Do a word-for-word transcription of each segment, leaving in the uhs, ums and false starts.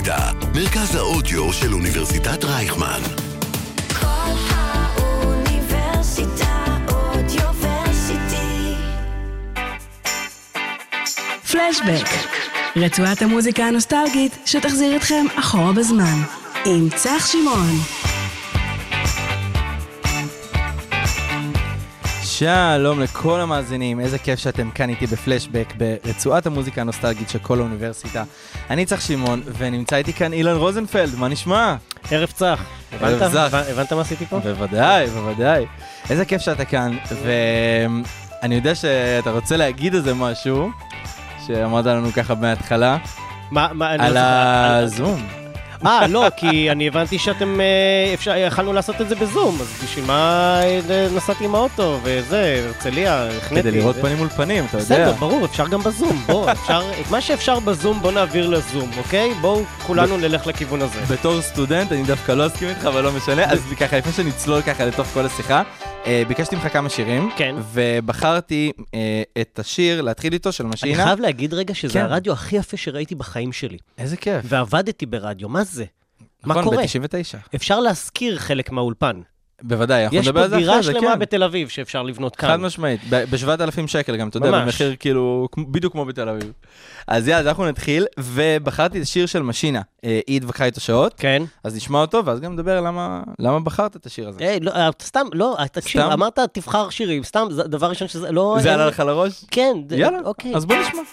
האוניברסיטה, מרכז האודיו של אוניברסיטת רייכמן. כל האוניברסיטה אודיוורסיטי. פלשבק, רצועת המוזיקה הנוסטלגית שתחזיר אתכם אחורה בזמן, עם צח שמעון. שלום לכל המאזינים, איזה כיף שאתם כאן איתי בפלשבק, ברצועת המוזיקה הנוסטלגית של כל האוניברסיטה. אני צח שמעון, ונמצא איתי כאן אילן רוזנפלד, מה נשמע? ערב צח. ערב צח. הבנת מה עשיתי פה? בוודאי, בוודאי. איזה כיף שאתה כאן, ואני יודע שאתה רוצה להגיד איזה משהו, שאמרת לנו ככה מההתחלה, על הזום. אה, לא, כי אני הבנתי שאתם, אפשר, יכלנו לעשות את זה בזום, אז בשביל מה נסעתי עם האוטו, וזה, הרצליה, החנתי. כדי לראות פנים מול פנים, אתה יודע. בסדר, ברור, אפשר גם בזום, בוא, אפשר, את מה שאפשר בזום, בוא נעביר לזום, אוקיי? בואו כולנו נלך לכיוון הזה. בתור סטודנט, אני דווקא לא אסכים איתך, אבל לא משנה, אז ככה, לפני שנצלול ככה לתוך כל השיחה, ביקשתי ממך כמה שירים, ובחרתי את השיר, להתחיל איתו, של משינה. אני חייב להגיד רגע שזה הרדיו הכי יפה שראיתי בחיים שלי. איזה כיף. ועבדתי ברדיו, מה זה? מה נכון, קורה? ב-תשעים ותשע. אפשר להזכיר חלק מהאולפן. בוודאי, אנחנו יש נדבר על פה זה אחרי זה, דירה שלמה בתל אביב שאפשר לבנות כאן. חד משמעית, ב-שבעת אלפים שקל גם, אתה יודע, במחיר כאילו, בדיוק כמו בתל אביב. אז יאללה, אנחנו נתחיל, ובחרתי את השיר של משינה, היא התווכחה את השעות, כן. אז נשמע אותו, ואז גם נדבר למה בחרת את השיר הזה. אה, לא, סתם, לא, תקשיב, אמרת תבחר שירים, סתם, דבר ראשון שזה, לא... זה עלה לך לראש? כן, יאללה, אוקיי. אז בוא נשמע.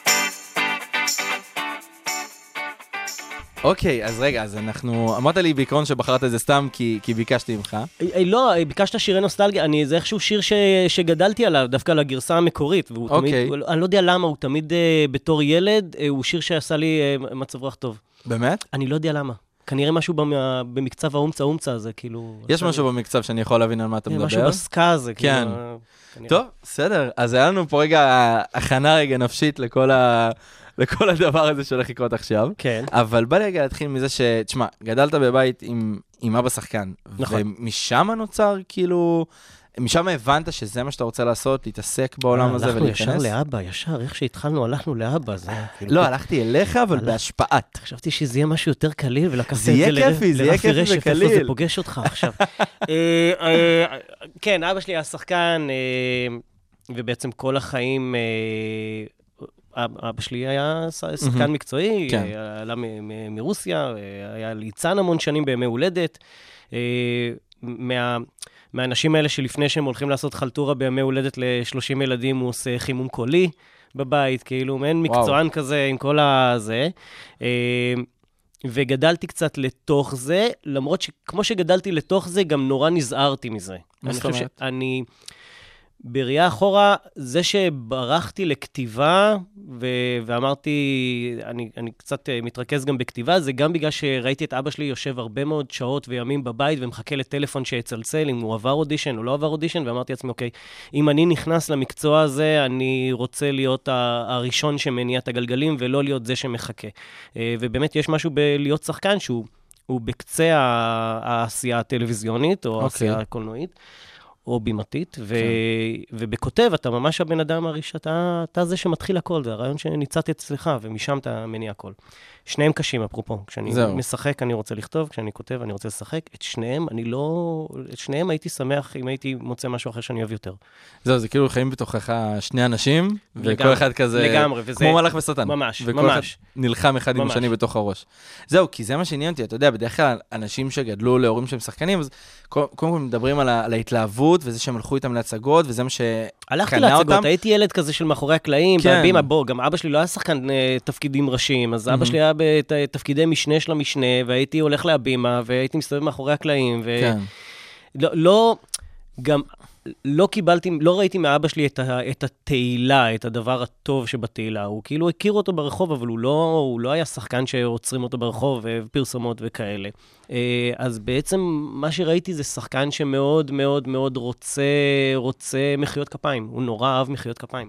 אוקיי, אז רגע, אז אנחנו... אמרת לי בעיקרון שבחרת את זה סתם כי, כי ביקשתי ממך. לא, ביקשת שירי נוסטלגיה, אני, זה איכשהו שיר ש, שגדלתי עליו, דווקא לגרסה המקורית, והוא אוקיי. תמיד, אני לא יודע למה, הוא תמיד בתור ילד, הוא שיר שעשה לי מצב רוח טוב. באמת? אני לא יודע למה. כנראה משהו במקצב האומצה אומצה הזה, כאילו... יש משהו במקצב שאני יכול להבין על מה אתה מדבר. משהו בסקה הזה, כאילו... כן. טוב, בסדר. אז היה לנו פה רגע, הכנה רגע נפשית לכל ה... לכל הדבר הזה שהולך לקרות עכשיו. כן. אבל בא לי רגע להתחיל מזה ש... תשמע, גדלת בבית עם, עם אבא שחקן. נכון. ומשם נוצר, כאילו... משם הבנת שזה מה שאתה רוצה לעשות, להתעסק בעולם הזה ולהיכנס? הלכנו ישר לאבא, ישר, איך שהתחלנו, הלכנו לאבא. לא, הלכתי אליך, אבל בהשפעת. חשבתי שזה יהיה משהו יותר קליל, ולקחתי את זה לרפי רשף, איפה זה פוגש אותך עכשיו. כן, אבא שלי היה שחקן, ובעצם כל החיים... אבא שלי היה שחקן מקצועי, עלה מרוסיה, היה ליצן המון שנים בימי הולדת. מהאנשים האלה שלפני שהם הולכים לעשות חלטורה בימי הולדת ל-שלושים ילדים, הוא עושה חימום קולי בבית, כאילו מעין מקצוען כזה עם כל הזה. וגדלתי קצת לתוך זה, למרות שכמו שגדלתי לתוך זה, גם נורא נזהרתי מזה. אני חושב שאני... בראייה אחורה, זה שברחתי לכתיבה, ו- ואמרתי, אני, אני קצת מתרכז גם בכתיבה, זה גם בגלל שראיתי את אבא שלי יושב הרבה מאוד שעות וימים בבית, ומחכה לטלפון שיצלצל, אם הוא עבר אודישן או לא עבר אודישן, ואמרתי לעצמי, אוקיי, אם אני נכנס למקצוע הזה, אני רוצה להיות ה- הראשון שמניע את הגלגלים, ולא להיות זה שמחכה. ובאמת יש משהו בלהיות שחקן, שהוא הוא בקצה העשייה הטלוויזיונית, או העשייה הקולנועית. או בימתית, ו... ובכותב, אתה ממש הבן אדם הראש, אתה, אתה זה שמתחיל הכל, זה הרעיון שניצת אצלך, ומשם אתה מניע הכל. שניהם קשים, אפרופו, כשאני זהו. משחק, אני רוצה לכתוב, כשאני כותב, אני רוצה לשחק, את שניהם, אני לא, את שניהם הייתי שמח אם הייתי מוצא משהו אחר שאני אוהב יותר. זהו, זה כאילו חיים בתוכך שני אנשים, לגמרי, וכל אחד כזה, לגמרי, וזה... כמו מלאך ושטן. ממש, וכל ממש. אחד נלחם אחד ממש. עם השני בתוך הראש. זהו, כי זה מה שעניין אותי, אתה יודע, בדרך כלל אנשים שגדלו להורים שהם שחקנים, אז קודם כל מדברים על, ה- על ההתלהבות, וזה שהם הלכו איתם להצגות, וזה מה שקנה אותם. הלכתי להצגות, הייתי ילד כזה של מאחורי הקלעים, כן. בהבימה, בוא, גם אבא שלי לא היה שחקן תפקידים ראשיים, אז mm-hmm. אבא שלי היה בתפקידי משנה של המשנה, והייתי הולך להבימה, והייתי מסתובב מאחורי הקלעים, ו... כן. לא, לא, גם... לא קיבלתי, לא ראיתי מאבא שלי את, ה, את התהילה, את הדבר הטוב שבתהילה. הוא כאילו הכיר אותו ברחוב, אבל הוא לא, הוא לא היה שחקן שעוצרים אותו ברחוב ופרסומות וכאלה. אז בעצם מה שראיתי זה שחקן שמאוד מאוד מאוד רוצה, רוצה מחיאות כפיים. הוא נורא אהב מחיאות כפיים.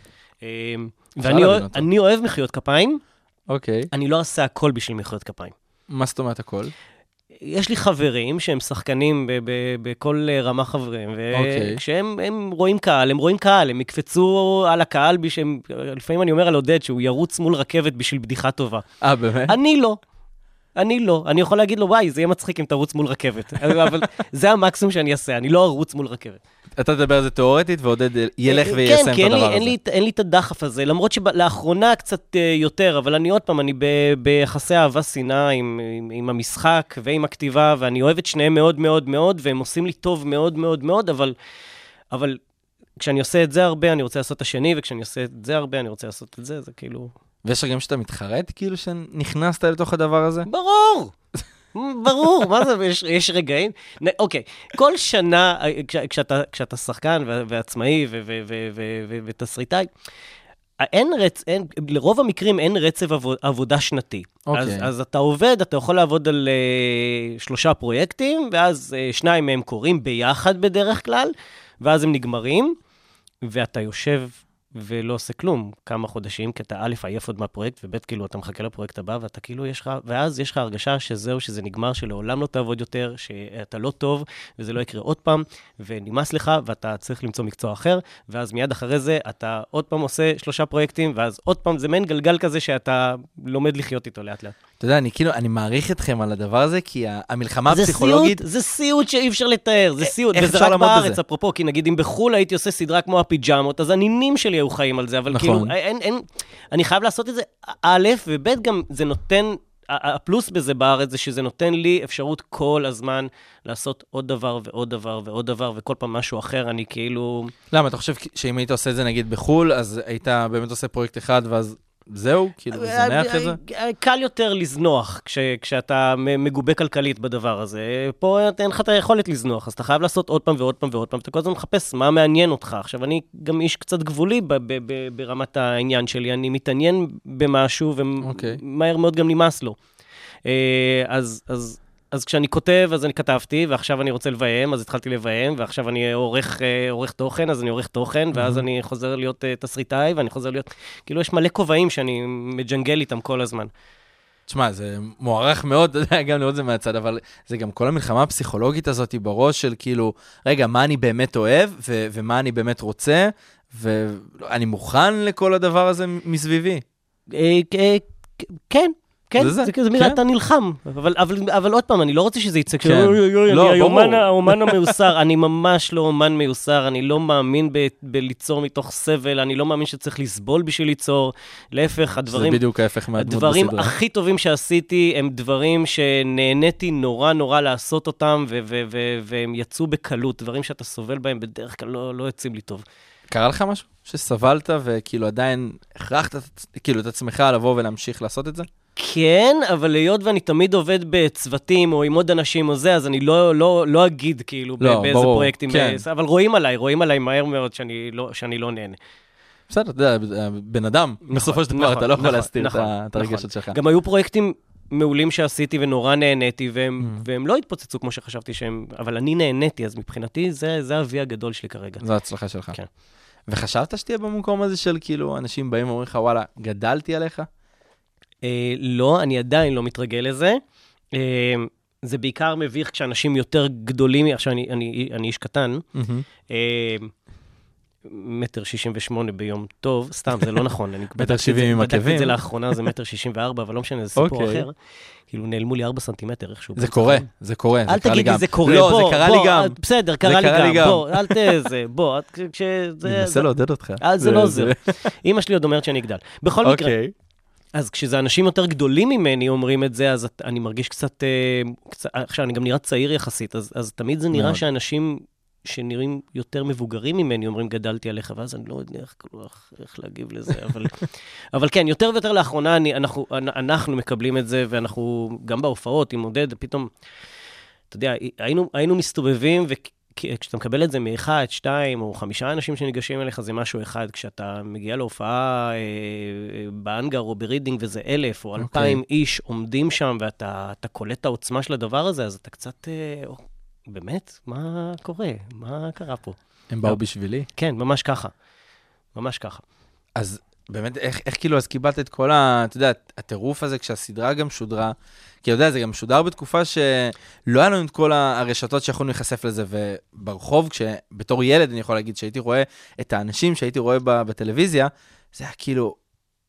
ואני אוהב, אני אוהב מחיאות כפיים. אוקיי. אני לא אעשה הכל בשביל מחיאות כפיים. מה זאת אומרת הכל? יש לי חברים שהם שחקנים בכל רמה חברים, וכשהם רואים קהל, הם רואים קהל, הם יקפצו על הקהל, לפעמים אני אומר על עודד שהוא ירוץ מול רכבת בשביל בדיחה טובה. אה, באמת? אני לא. אני לא. אני יכול להגיד לו, וואי, זה יהיה מצחיק אם תרוץ מול רכבת. אבל זה המקסימום שאני אעשה, אני לא ארוץ מול רכבת. אתה תדבר על זה תיאורטית, ועודד ילך ויישם את הדבר הזה. כן, כי אין לי את הדחף הזה, למרות שלאחרונה קצת יותר, אבל אני עוד פעם, אני ביחסי אהבה שנאה עם המשחק ועם הכתיבה, ואני אוהב את שניהם מאוד מאוד מאוד, והם עושים לי טוב מאוד מאוד מאוד, אבל כשאני עושה את זה הרבה, אני רוצה לעשות את השני, וכשאני עושה את זה הרבה, אני רוצה לעשות את זה, זה כאילו... ויש רגעים שאתה מתחרט, כאילו, שנכנסת לתוך הדבר הזה? ברור! ברור, מה זה? יש, יש רגעים? אוקיי, כל שנה, כש, כשאתה, כשאתה שחקן ועצמאי ותסריטאי, אין רצ... אין, לרוב המקרים אין רצף עבוד, עבודה שנתי. Okay. אז, אז אתה עובד, אתה יכול לעבוד על uh, שלושה פרויקטים, ואז uh, שניים מהם קורים ביחד בדרך כלל, ואז הם נגמרים, ואתה יושב ולא עושה כלום כמה חודשים, כי אתה א' עייף עוד מהפרויקט, וב' כאילו אתה מחכה לפרויקט הבא, ואתה כאילו יש לך, ואז יש לך הרגשה שזהו, שזה נגמר, שלעולם לא תעבוד יותר, שאתה לא טוב, וזה לא יקרה עוד פעם, ונמאס לך, ואתה צריך למצוא מקצוע אחר, ואז מיד אחרי זה, אתה עוד פעם עושה שלושה פרויקטים, ואז עוד פעם, זה מעין גלגל כזה שאתה לומד לחיות איתו לאט לאט. אתה יודע, אני כאילו, אני מעריך אתכם על הדבר הזה, כי המלחמה הפסיכולוגית... זה סיוט שאי אפשר לתאר, זה סיוט, וזה רק בארץ, אפרופו, כי נגיד, אם בחול הייתי עושה סדרה כמו הפיג'מות, אז הנינים שלי היו חיים על זה, אבל כאילו, אין, אין, אני חייב לעשות את זה, א', וב' גם זה נותן, הפלוס בזה בארץ, זה שזה נותן לי אפשרות כל הזמן לעשות עוד דבר ועוד דבר ועוד דבר, וכל פעם משהו אחר, אני כאילו... למה, אתה חושב שאם היית עושה את זה נגיד בחול, אז היית באמת עושה פרויקט אחד, ואז... זהו? כאילו, זנח את זה? קל יותר לזנוח כש, כשאתה מגובה כלכלית בדבר הזה. פה אין לך את היכולת לזנוח, אז אתה חייב לעשות עוד פעם ועוד פעם ועוד פעם. אתה כל הזמן מחפש מה מעניין אותך. עכשיו, אני גם איש קצת גבולי ב- ב- ב- ברמת העניין שלי. אני מתעניין במשהו, ומהר מאוד גם נמאס לו. אז... אז אז כשאני כותב, אז אני כתבתי, ועכשיו אני רוצה לביים, אז התחלתי לביים, ועכשיו אני עורך, עורך תוכן, אז אני עורך תוכן, ואז אני חוזר להיות תסריטאי, ואני חוזר להיות... כאילו, יש מלא כובעים שאני מג'נגל איתם כל הזמן. תשמע, זה מוערך מאוד, אתה יודע, גם לראות את זה מהצד, אבל זה גם כל המלחמה הפסיכולוגית הזאת בראש של כאילו, רגע, מה אני באמת אוהב, ו- ומה אני באמת רוצה, ואני מוכן לכל הדבר הזה מסביבי. כן. כן, זה כזה מילה, אתה נלחם. אבל עוד פעם, אני לא רוצה שזה יצא, אני האומן המאוסר, אני ממש לא אומן מאוסר, אני לא מאמין בליצור מתוך סבל, אני לא מאמין שצריך לסבול בשביל ליצור, להפך, הדברים הכי טובים שעשיתי, הם דברים שנהניתי נורא נורא לעשות אותם, והם יצאו בקלות, דברים שאתה סובל בהם בדרך כלל לא יוצאים לי טוב. קרה לך משהו? שסבלת וכאילו עדיין הכרחת כאילו את עצמך לבוא ולהמשיך לעשות את זה? כן, אבל להיות ואני תמיד עובד בצוותים או עם עוד אנשים או זה, אז אני לא, לא, לא אגיד כאילו לא, באיזה ברור, פרויקטים, כן. באיזה, אבל רואים עליי, רואים עליי מהר מאוד שאני לא, שאני לא נהנה. בסדר, אתה יודע, בן אדם, נכון, בסופו של דבר, נכון, אתה לא יכול נכון, להסתיר נכון, את הרגשות נכון. שלך. גם היו פרויקטים מעולים שעשיתי ונורא נהניתי, והם, mm. והם לא התפוצצו כמו שחשבתי שהם, אבל אני נהניתי, אז מבחינתי זה, זה האבי הגדול שלי כרגע. זו ההצלחה שלך. כן. וחשבת שתהיה במקום הזה של כאילו, אנשים באים ואומרים לך, וואלה, גדלתי עליך? אה, לא, אני עדיין לא מתרגל לזה. אה, זה בעיקר מביך כשאנשים יותר גדולים, עכשיו אני, אני, אני איש קטן, mm-hmm. אה, מטר שישים ושמונה ביום טוב, סתם, זה לא נכון. מטר שבעים עם עקבים. בדקתי את זה לאחרונה, זה מטר שישים וארבע, אבל לא משנה, זה סיפור אחר. כאילו נעלמו לי ארבע סנטימטר איכשהו. זה קורה, זה קורה, אל תגיד לי זה קורה, בוא, לא, זה קרה לי גם. בסדר, קרה לי גם, בוא, אל תזה, בוא. אני מנסה לעודד אותך. זה לא זה. אמא שלי עוד אומרת שאני אגדל. בכל מקרה, אז כשזה אנשים יותר גדולים ממני אומרים את זה, אז אני מרגיש קצת, עכשיו אני גם נראה צעיר יחסית, אז תמיד זה נראה שאנשים שנראים יותר מבוגרים ממני, אומרים, גדלתי עליך, ואז אני לא יודע איך, איך להגיב לזה, אבל, אבל כן, יותר ויותר לאחרונה, אני, אנחנו, אנחנו מקבלים את זה, ואנחנו גם בהופעות, עם עודד, פתאום, אתה יודע, היינו, היינו מסתובבים, וכשאתה מקבל את זה מאחד, שתיים, או חמישה אנשים שניגשים אליך, זה משהו אחד, כשאתה מגיע להופעה אה, באנגר או ברידינג, וזה אלף או אלפיים okay. איש עומדים שם, ואתה אתה קולט את העוצמה של הדבר הזה, אז אתה קצת... אה, באמת? מה קורה? מה קרה פה? הם באו בשבילי? כן, ממש ככה. ממש ככה. אז באמת, איך, איך כאילו, אז קיבלת את כל ה... אתה יודע, הטירוף הזה כשהסדרה גם שודרה, כי אתה יודע, זה גם שודר בתקופה שלא היה לנו את כל הרשתות שיכולנו להיחשף לזה, וברחוב, כשבתור ילד אני יכול להגיד שהייתי רואה את האנשים שהייתי רואה בטלוויזיה, זה היה כאילו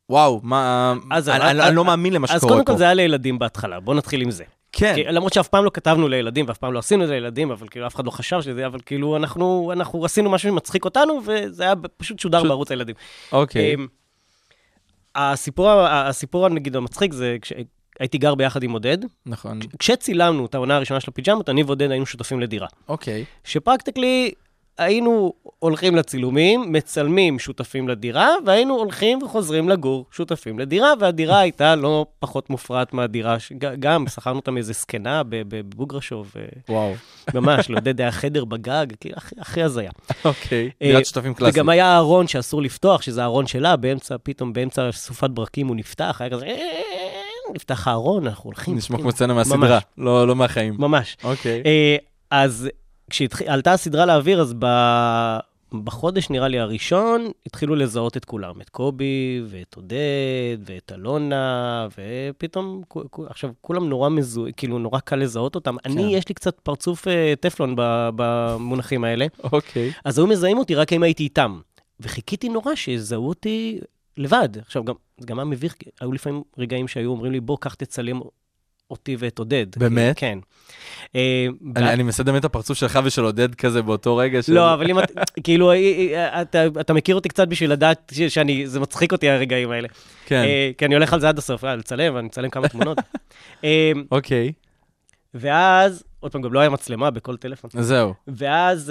וואו, מה... אני לא מאמין למה שקורה פה. אז קודם כל זה היה לילדים בהתחלה, בוא נתחיל עם זה. כן. למרות שאף פעם לא כתבנו לילדים, ואף פעם לא עשינו את לילדים, אבל כאילו אף אחד לא חשב שזה, אבל כאילו אנחנו, אנחנו עשינו משהו שמצחיק אותנו, וזה היה פשוט שודר בערוץ הילדים. אוקיי. הסיפור, הסיפור, נגיד, המצחיק זה, הייתי גר ביחד עם עודד. נכון. כשצילמנו את העונה הראשונה של הפיג'מות, אני ועודד היינו שותפים לדירה. אוקיי. שפרקטיקלי היינו הולכים לצילומים, מצלמים שותפים לדירה, והיינו הולכים וחוזרים לגור שותפים לדירה, והדירה הייתה לא פחות מופרעת מהדירה, גם שכרנו אותם איזה סקנה בבוגרשוב. וואו. ממש, לעודד היה חדר בגג, הכי הזיה. אוקיי, דירת שותפים קלאסית. וגם היה ארון שאסור לפתוח, שזה הארון שלה, באמצע, פתאום באמצע סופת ברקים הוא נפתח, היה כזה, נפתח הארון, אנחנו הולכים. נשמע כמו סצנה מהסדרה, לא מהחיים. ממש. אוקיי. אז כשעלתה הסדרה לאוויר, אז בחודש, נראה לי הראשון, התחילו לזהות את כולם, את קובי, ואת עודד, ואת אלונה, ופתאום, עכשיו, כולם נורא מזוהים, כאילו, נורא קל לזהות אותם. אני, יש לי קצת פרצוף טפלון במונחים האלה. אוקיי. אז היו מזהים אותי רק אם הייתי איתם. וחיכיתי נורא שיזהו אותי לבד. עכשיו, גם, גם היה מביך, היו לפעמים רגעים שהיו אומרים לי, בוא, קח תצלם אותי ואת עודד. באמת? כן. אני מסדם את הפרצוף שלך ושל עודד כזה באותו רגע. לא, אבל אם כאילו, אתה מכיר אותי קצת בשביל לדעת שזה מצחיק אותי הרגעים האלה. כן. כי אני הולך על זה עד הסוף, לצלם, ואני מצלם כמה תמונות. אוקיי. ואז, עוד פעם, גם לא היה מצלמה בכל טלפון. זהו. ואז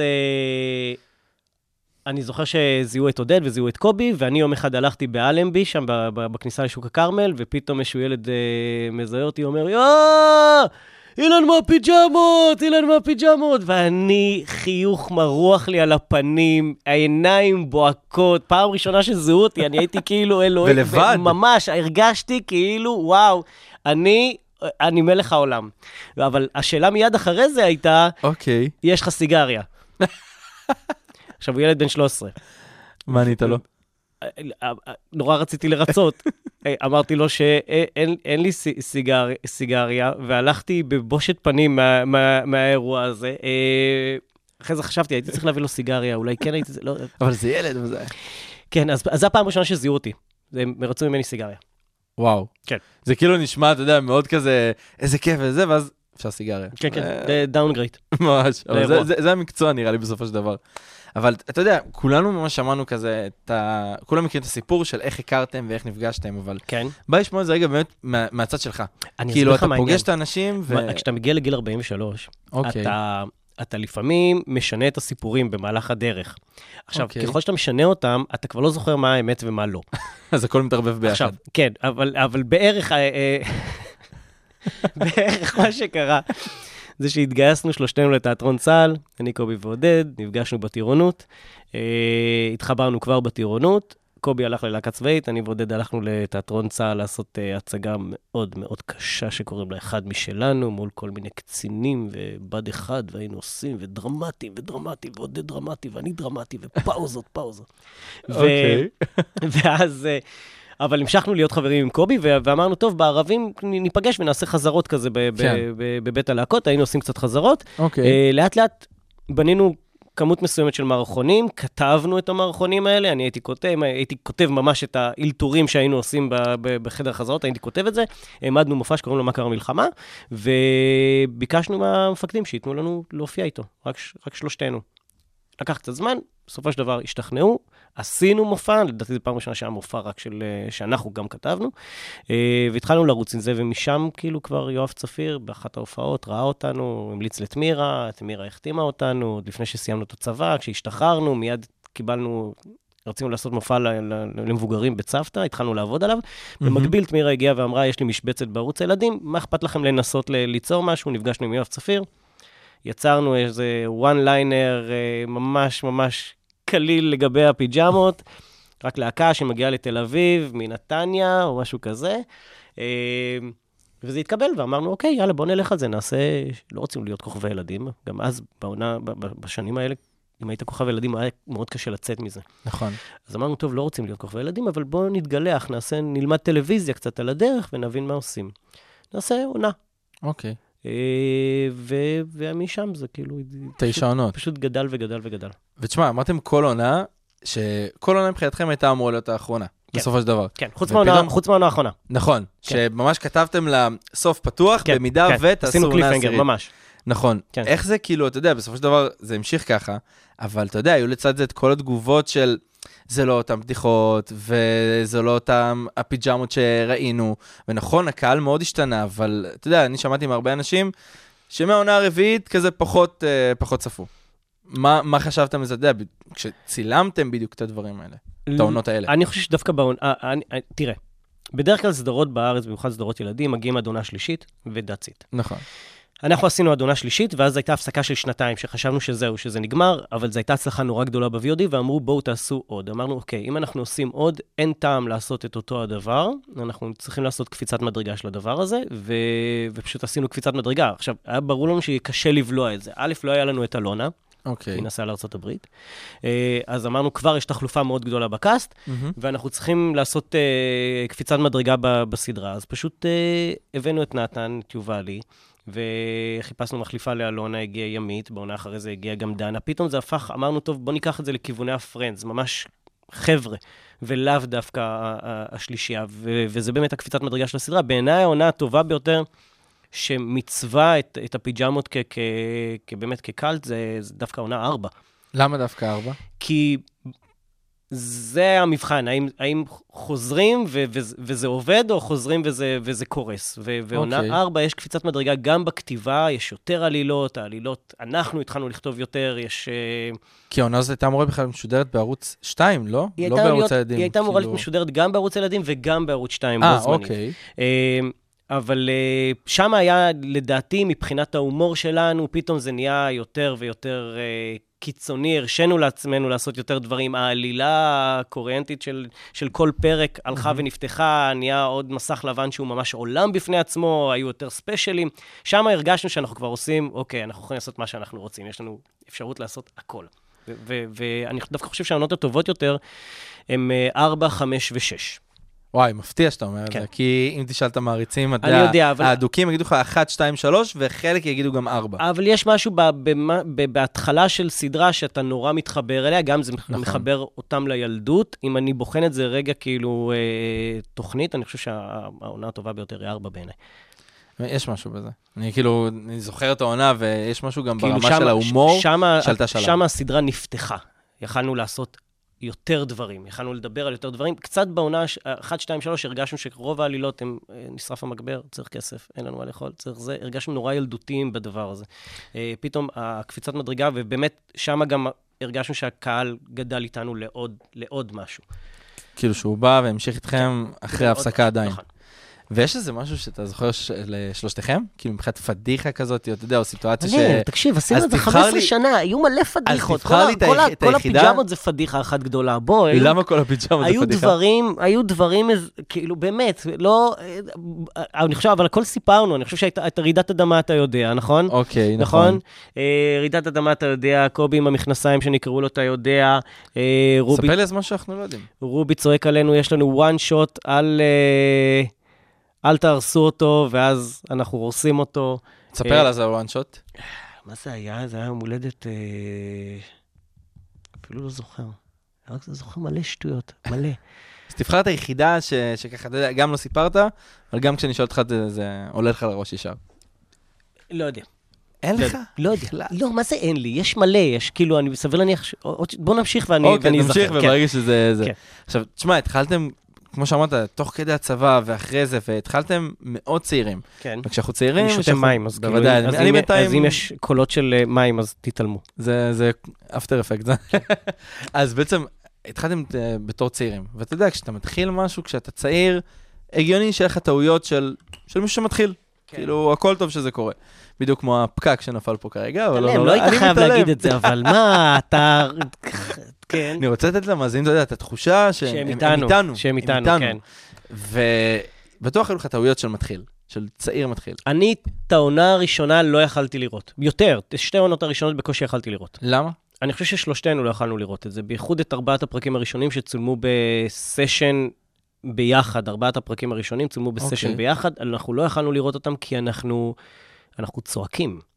אני זוכר שזיהו את עודד וזיהו את קובי, ואני יום אחד הלכתי באלנבי, שם בכניסה לשוק הקרמל, ופתאום איזשהו ילד מזהה אותי, אומר, יואו! אילן מהפיג'מות, אילן מהפיג'מות, ואני חיוך מרוח לי על הפנים, העיניים בועקות, פעם ראשונה שזהו אותי, אני הייתי כאילו אלוהים. ולבד. ממש, הרגשתי כאילו, וואו, אני, אני מלך העולם. אבל השאלה מיד אחרי זה הייתה, אוקיי. יש לך סיגריה. עכשיו, הוא ילד בן שלוש עשרה. מה ענית לו? נורא רציתי לרצות. אמרתי לו שאין לי סיגריה, והלכתי בבושת פנים מהאירוע הזה. אחרי זה חשבתי, הייתי צריך להביא לו סיגריה, אולי כן הייתי... אבל זה ילד, וזה... כן, אז זה הפעם ראשונה שזיהו אותי. הם רצו ממני סיגריה. וואו. כן. זה כאילו נשמע, אתה יודע, מאוד כזה, איזה כיף וזה, ואז אפשר סיגריה. כן, כן, דאונגרייט. ממש, זה המקצוע נראה לי בסופו של דבר. אבל אתה יודע, כולנו ממש שמענו כזה, כולם מכירים את הסיפור של איך הכרתם ואיך נפגשתם, אבל כן. בא לשמוע את זה רגע באמת מהצד שלך. אני כאילו, אתה פוגש את האנשים ו... כשאתה מגיע לגיל ארבעים ושלוש, אוקיי. אתה... אתה לפעמים משנה את הסיפורים במהלך הדרך. עכשיו, אוקיי. ככל שאתה משנה אותם, אתה כבר לא זוכר מה האמת ומה לא. אז הכל מתערבב ביחד. עכשיו, כן, אבל, אבל בערך, בערך מה שקרה, זה שהתגייסנו שלושתנו לתיאטרון צה"ל, אני קובי ועודד, נפגשנו בטירונות, התחברנו כבר בטירונות, קובי הלך ללהקה צבאית, אני ועודד הלכנו לתיאטרון צה"ל לעשות uh, הצגה מאוד מאוד קשה שקוראים לה אחד משלנו, מול כל מיני קצינים ובד אחד, והיינו עושים, ודרמטי ודרמטי, ועודד דרמטי, ואני דרמטי, ופאוזות, פאוזות. אוקיי. ואז, uh, אבל המשכנו להיות חברים עם קובי, ואמרנו, טוב, בערבים ניפגש ונעשה חזרות כזה בבית הלהקות, היינו עושים קצת חזרות. אוקיי. לאט לאט בנינו כמות מסוימת של מערכונים, כתבנו את המערכונים האלה, אני הייתי כותב, הייתי כותב ממש את האלתורים שהיינו עושים בחדר החזרות, הייתי כותב את זה, העמדנו מופע שקוראים לו מה קרה מלחמה, וביקשנו מהמפקדים שיתנו לנו להופיע איתו, רק, רק שלושתנו. לקח קצת זמן, בסופו של דבר השתכנעו, עשינו מופע, לדעתי זה פעם ראשונה שהיה מופע רק של, שאנחנו גם כתבנו, והתחלנו לרוץ עם זה, ומשם כאילו כבר יואב צפיר, באחת ההופעות, ראה אותנו, המליץ לתמירה, תמירה החתימה אותנו, עוד לפני שסיימנו את הצבא, כשהשתחררנו, מיד קיבלנו, רצינו לעשות מופע למבוגרים בצוותא, התחלנו לעבוד עליו, במקביל תמירה הגיעה ואמרה, יש לי משבצת בערוץ הילדים, מה אכפת לכם לנסות ליצור משהו? נפגשנו עם יואב צפיר, יצרנו איזה one liner ממש ממש קליל לגבי הפיג'מות, רק להקה שמגיעה לתל אביב, מנתניה או משהו כזה, וזה התקבל, ואמרנו, אוקיי, יאללה, בוא נלך על זה, נעשה, לא רוצים להיות כוכבי ילדים, גם אז, בעונה, בשנים האלה, אם היית כוכב ילדים, היה מאוד קשה לצאת מזה. נכון. אז אמרנו, טוב, לא רוצים להיות כוכבי ילדים, אבל בואו נתגלח, נעשה, נלמד טלוויזיה קצת על הדרך, ונבין מה עושים. נעשה עונה. אוקיי. ומשם זה כאילו... תשע עונות. פשוט גדל וגדל וגדל. ותשמע, אמרתם כל עונה, שכל עונה מבחינתכם הייתה אמורה להיות האחרונה. בסופו של דבר. כן, חוץ מהעונה, חוץ מהעונה האחרונה. נכון, שממש כתבתם לסוף פתוח, במידה ותעשו עונה עשירית. ממש. נכון. איך זה כאילו, אתה יודע, בסופו של דבר זה המשיך ככה, אבל אתה יודע, היו לצד זה את כל התגובות של זה לא אותם בדיחות, וזה לא אותם הפיג'מות שראינו, ונכון, הקהל מאוד השתנה, אבל אתה יודע, אני שמעתי עם הרבה אנשים, שמהעונה הרביעית כזה פחות, פחות צפו. מה, מה חשבתם לזה, אתה יודע, כשצילמתם בדיוק את הדברים האלה, את העונות האלה? אני חושב שדווקא בעונה, תראה, בדרך כלל סדרות בארץ, במיוחד סדרות ילדים, מגיעים עד עונה שלישית, ודאצית. נכון. אנחנו עשינו עד עונה שלישית, ואז הייתה הפסקה של שנתיים, שחשבנו שזהו, שזה נגמר, אבל זו הייתה הצלחה נורא גדולה ב-וי או די, ואמרו, בואו תעשו עוד. אמרנו, אוקיי, אם אנחנו עושים עוד, אין טעם לעשות את אותו הדבר, אנחנו צריכים לעשות קפיצת מדרגה של הדבר הזה, ו... ופשוט עשינו קפיצת מדרגה. עכשיו, היה ברור לנו שקשה לבלוע את זה. א', לא היה לנו את אלונה, אוקיי. היא נסעה לארצות הברית. אז אמרנו, כבר יש תחלופה מאוד גדולה בקאסט, ואנחנו צריכים לעשות קפיצת מדרגה בסדרה. אז פשוט הבאנו את נתן, את יובלי, וחיפשנו מחליפה לאלונה, הגיעה ימית, בעונה אחרי זה הגיעה גם דנה. פתאום זה הפך, אמרנו, טוב, בוא ניקח את זה לכיווני הפרנדס, ממש חבר'ה, ולאו דווקא השלישייה, וזה באמת הקפיצת מדרגה של הסדרה. בעיניי העונה הטובה ביותר, שמצווה את, את הפיג'מות כ, כ, כבאמת כקלט, זה, זה דווקא עונה ארבע. למה דווקא ארבע? כי זה המבחן, האם, האם חוזרים ו, ו, וזה עובד, או חוזרים וזה, וזה קורס. ו, ועונה okay. ארבע, יש קפיצת מדרגה גם בכתיבה, יש יותר עלילות, העלילות, אנחנו התחלנו לכתוב יותר, יש... כי העונה הזאת הייתה אמורה בכלל משודרת בערוץ שתיים, לא? לא בערוץ להיות, הילדים. היא הייתה אמורה להיות משודרת גם בערוץ הילדים, וגם בערוץ שתיים בו זמנית. אה, אוקיי. אבל uh, שם היה, לדעתי, מבחינת ההומור שלנו, פתאום זה נהיה יותר ויותר uh, קיצוני, הרשנו לעצמנו לעשות יותר דברים. העלילה הקוריאנטית של, של כל פרק הלכה mm-hmm. ונפתחה, נהיה עוד מסך לבן שהוא ממש עולם בפני עצמו, היו יותר ספיישלים. שם הרגשנו שאנחנו כבר עושים, אוקיי, אנחנו יכולים לעשות מה שאנחנו רוצים, יש לנו אפשרות לעשות הכל. ואני דווקא חושב שהעונות הטובות יותר, הם ארבע, חמש ושש. וואי, מפתיע שאתה אומר את זה, כי אם תשאל את המעריצים, אני יודע, אבל... הדוקים יגידו לך אחת, שתיים, שלוש, וחלק יגידו גם ארבע. אבל יש משהו בהתחלה של סדרה שאתה נורא מתחבר אליה, גם זה מחבר אותם לילדות. אם אני בוחן את זה רגע כאילו תוכנית, אני חושב שהעונה הטובה ביותר היא ארבע בעיניי. יש משהו בזה. אני כאילו, אני זוכר את העונה, ויש משהו גם ברמה של ההומור, שעלתה שלם. שם הסדרה נפתחה. יכלנו לעשות יותר דברים, יכלנו לדבר על יותר דברים. קצת בעונה אחת, שתיים, שלוש, הרגשנו שרוב העלילות הם נשרף המגבר, צריך כסף, אין לנו מה לאכול, צריך זה. הרגשנו נורא ילדותיים בדבר הזה. פתאום הקפיצת מדרגה, ובאמת שם גם הרגשנו שהקהל גדל איתנו לעוד, לעוד משהו. כאילו שהוא בא והמשיך איתכם אחרי ההפסקה עדיין. נכון. ויש איזה משהו שאתה זוכר לשלושתכם? כאילו מבחינת פדיחה כזאת, אתה יודע, או סיטואציה ש... תקשיב, עשינו את זה חמש עשרה שנה, היו מלא פדיחות. אז תבחר לי את היחידה... כל הפיג'מות זה פדיחה אחת גדולה. בוא... למה כל הפיג'מות זה פדיחה? היו דברים, היו דברים, כאילו באמת, לא... אני חושב, אבל הכל סיפרנו, אני חושב שהייתה רעידת אדמה אתה יודע, נכון? אוקיי, נכון. רעידת אדמה אתה יודע, קובי עם המכנסיים שנקראו לו אתה יודע, ספר לי אז מה שאנחנו לא יודעים. רובי צועק עלינו, יש לנו one shot על... אל תהרסו אותו, ואז אנחנו הורסים אותו. תספר על זה one shot. מה זה היה? זה היה מולדת... אפילו לא זוכר. רק זה זוכר מלא שטויות, מלא. אז תבחר את היחידה שככה, אתה יודע, גם לא סיפרת, אבל גם כשאני שואל אותך, זה עולה לך לראש ישר. לא יודע. אין לך? לא יודע. לא, מה זה אין לי? יש מלא, יש כאילו, אני סביר להניח... בוא נמשיך ואני אזכר. אוקיי, נמשיך וברגע שזה... עכשיו, תשמע, התחלתם... כמו שאמרת, תוך כדי הצבא ואחרי זה, והתחלתם מאוד צעירים. כן. וכשאנחנו צעירים... אני שותה מים, אז בוודאי. אני בינתיים... אז אם יש קולות של מים, אז תתעלמו. זה אפטר אפקט. אז בעצם, התחלתם בתור צעירים. ואתה יודע, כשאתה מתחיל משהו, כשאתה צעיר, הגיוני שיהיה לך טעויות של מישהו שמתחיל. כאילו, הכל טוב שזה קורה. בדיוק כמו הפקק שנפל פה כרגע, אבל לא... לא היית חייב להגיד את זה, אבל מה, אתה... כן. אני רוצה לתת למאזינים, אתה יודע, את התחושה שהם איתנו. שהם איתנו, כן. ובטוח היו לך טעויות של מתחיל, של צעיר מתחיל. אני, את העונה הראשונה לא יכלתי לראות. יותר, שתי העונות הראשונות בקושי יכלתי לראות. למה? אני חושב ששלושתנו לא יכלנו לראות את זה. בייחוד את ארבעת הפרקים הראשונים שצולמו בסשן ביחד, ארבעת הפרקים הראשונים צולמו בסשן ביחד, אנחנו לא יכלנו לראות אותם כי אנחנו, אנחנו צועקים.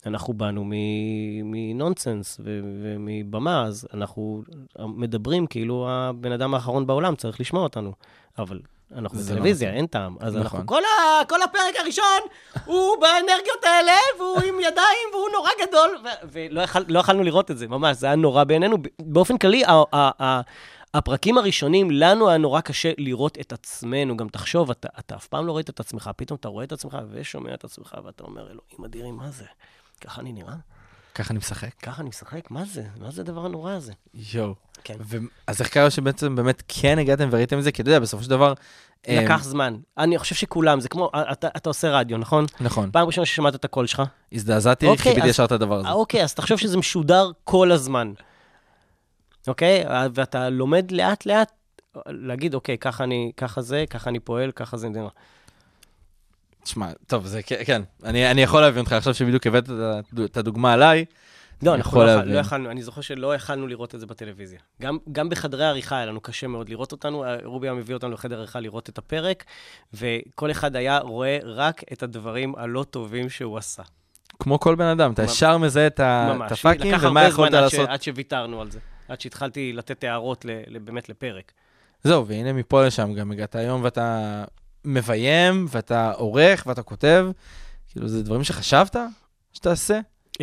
אנחנו באנו מנונסנס ומבמה, אז אנחנו מדברים כאילו הבן אדם האחרון בעולם צריך לשמוע אותנו, אבל אנחנו בטלוויזיה, אין טעם. אז אנחנו, כל הפרק הראשון הוא באנרגיות האלה, והוא עם ידיים, והוא נורא גדול, ולא יכלנו לראות את זה, ממש, זה היה נורא בעינינו. באופן כללי, הפרקים הראשונים, לנו היה נורא קשה לראות את עצמנו, גם תחשוב, אתה אף פעם לא ראית את עצמך, פתאום אתה רואה את עצמך ושומע את עצמך, ואתה אומר, אלוהים אדירים, מה זה? ככה אני נראה? ככה אני משחק. ככה אני משחק? מה זה? מה זה הדבר הנורא הזה? יואו. כן. אז איך קרה שבעצם באמת כן הגעתם וראיתם את זה? כי אתה יודע, בסופו של דבר... לקח זמן. אני חושב שכולם, זה כמו, אתה עושה רדיו, נכון? נכון. פעם ראשונה ששמעת את הקול שלך? הזדעזעתי, חיביתי ישר את הדבר הזה. אוקיי, אז תחשוב שזה משודר כל הזמן. אוקיי? ואתה לומד לאט לאט להגיד, אוקיי, ככה אני, ככה זה, ככה אני פועל, ככה זה נראה. תשמע, טוב, זה כן, אני, אני יכול להבין אותך, עכשיו שבדיוק הבאת את הדוגמה עליי. לא, אנחנו לא, לא יכלנו, אני זוכר שלא יכלנו לראות את זה בטלוויזיה. גם, גם בחדרי העריכה היה לנו קשה מאוד לראות אותנו, רובי היה מביא אותנו לחדר העריכה לראות את הפרק, וכל אחד היה רואה רק את הדברים הלא טובים שהוא עשה. כמו כל בן אדם, אתה ישר מזהה את הפאקים, ומה יכולת לעשות? עד שוויתרנו על זה, עד שהתחלתי לתת הערות באמת לפרק. זהו, והנה מפה לשם גם הגעת היום, ואתה מביים, ואתה עורך, ואתה כותב, כאילו זה דברים שחשבת שתעשה?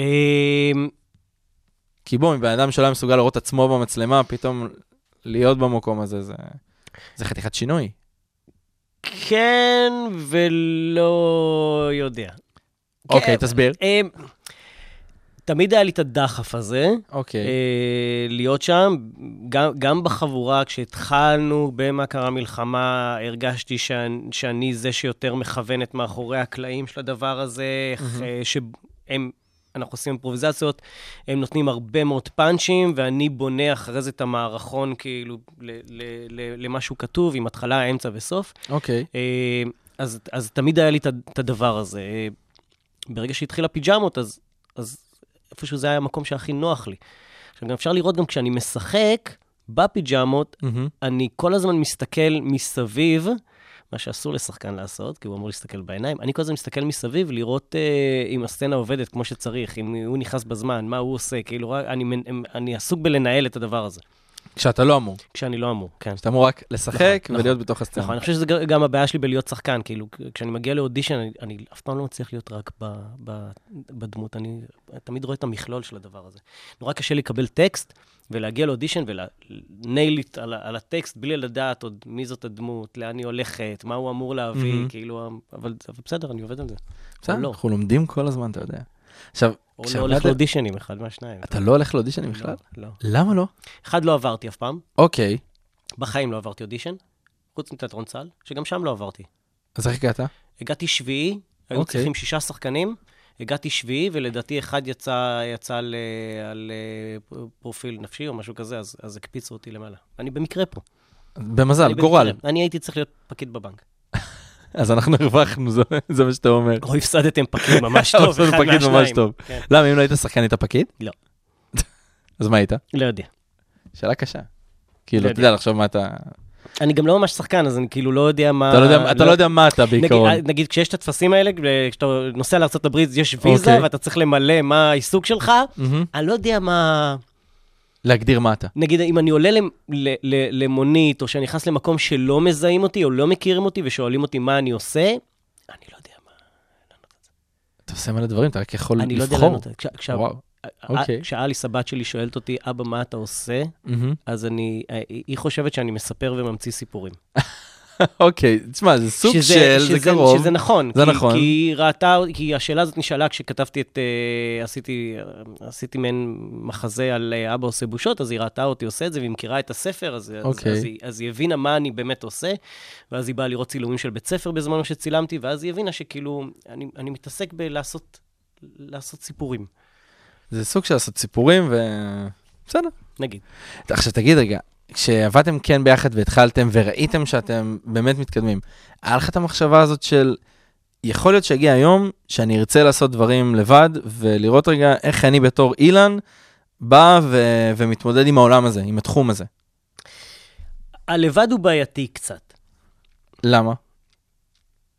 כי בוא, מבן אדם שלא מסוגל לראות עצמו במצלמה, פתאום להיות במקום הזה, זה, זה חתיכת שינוי. כן, ולא יודע. אוקיי, תסביר. תמיד היה לי את הדחף הזה, אוקיי. להיות שם, גם, גם בחבורה, כשהתחלנו במה קרה מלחמה, הרגשתי שאני, שאני זה שיותר מכוונת מאחורי הקלעים של הדבר הזה, שהם... אנחנו עושים אימפרוביזציות, הם נותנים הרבה מאוד פאנצ'ים, ואני בונה אחרי זה את המערכון, כאילו, למשהו כתוב, עם התחלה, אמצע וסוף. אוקיי. אז, אז תמיד היה לי את הדבר הזה. ברגע שהתחיל הפיג'מות, אז, אז איפשהו זה היה המקום שהכי נוח לי. עכשיו, גם אפשר לראות גם כשאני משחק בפיג'מות, אני כל הזמן מסתכל מסביב, מה שאסור לשחקן לעשות, כי הוא אמור להסתכל בעיניים. אני כל הזמן מסתכל מסביב, לראות אה, אם הסצנה עובדת כמו שצריך, אם הוא נכנס בזמן, מה הוא עושה, כאילו, אני, אני עסוק בלנהל את הדבר הזה. כשאתה לא אמור. כשאני לא אמור, כן. כשאתה אמור רק לשחק נכון, ולהיות נכון. בתוך הסצנה. נכון, אני חושב שזה גם הבעיה שלי בלהיות שחקן, כאילו, כשאני מגיע לאודישן, אני, אני אף פעם לא מצליח להיות רק ב, ב, בדמות, אני תמיד רואה את המכלול של הדבר הזה. נורא קשה לקבל טקסט, ולהגיע לאודישן ולנייליט על, על הטקסט, בלי לדעת עוד מי זאת הדמות, לאן היא הולכת, מה הוא אמור להביא, mm-hmm. כאילו, אבל, אבל בסדר, אני עובד על זה. בסדר, אנחנו לא. לומדים כל הזמן, אתה יודע. עכשיו, או לא הולך לאודישנים, אחד מהשניים. אתה לא הולך לאודישנים בכלל? לא. למה לא? אחד לא עברתי אף פעם. אוקיי. בחיים לא עברתי אודישן, חוץ מתיאטרון צה"ל, שגם שם לא עברתי. אז איך הגעת? הגעתי שביעי, היו צריכים שישה שחקנים, הגעתי שביעי, ולדעתי אחד יצא, יצא על, על פרופיל נפשי או משהו כזה, אז, אז הקפיצו אותי למעלה. אני במקרה פה. במזל, גורל. במקרה. אני הייתי צריך להיות פקיד בבנק. אז אנחנו הרווחנו, זה, זה מה שאתה אומר. או הפסדתם פקיד ממש טוב, אחד פקיד מהשניים. ממש טוב. כן. למה, אם לא היית שחקן, היית פקיד? לא. אז מה היית? לא יודע. שאלה קשה. כאילו, לא אתה יודע לחשוב מה אתה... אני גם לא ממש שחקן, אז אני כאילו לא יודע מה... אתה לא יודע, אתה לא יודע מה אתה בעיקרון. נגיד, נגיד, כשיש את התפסים האלה, כשאתה נוסע לארצות הברית, יש ויזה, ואתה צריך למלא מה העיסוק שלך, אני לא יודע מה... להגדיר מה אתה. נגיד, אם אני עולה למונית, או שאני נכנס למקום שלא מזהים אותי, או לא מכירים אותי, ושואלים אותי מה אני עושה, אני לא יודע מה... אתה עושה מלא דברים, אתה רק יכול לבחור. אני לא יודע לענות. כשאליס הבת שלי שואלת אותי, אבא, מה אתה עושה? אז היא חושבת שאני מספר וממציא סיפורים. אוקיי, תשמע, זה סוג של, זה קרוב. שזה נכון. זה נכון. כי ראתה, כי השאלה הזאת נשאלה כשכתבתי את, עשיתי, עשיתי מעין מחזה על אבא עושה בושות, אז היא ראתה אותי עושה את זה, והיא מכירה את הספר, אז, אוקיי. אז, אז, היא, אז היא הבינה מה אני באמת עושה, ואז היא באה לראות צילומים של בית ספר בזמנו שצילמתי, ואז היא הבינה שכאילו, אני, אני מתעסק בלעשות, לעשות סיפורים. זה סוג של לעשות סיפורים, ו... בסדר. נגיד. עכשיו תגיד רגע, כשעבדתם כן ביחד והתחלתם וראיתם שאתם באמת מתקדמים, היה לך את המחשבה הזאת של, יכול להיות שהגיע היום שאני ארצה לעשות דברים לבד, ולראות רגע איך אני בתור אילן, בא ו- ומתמודד עם העולם הזה, עם התחום הזה. הלבד הוא בעייתי קצת. למה?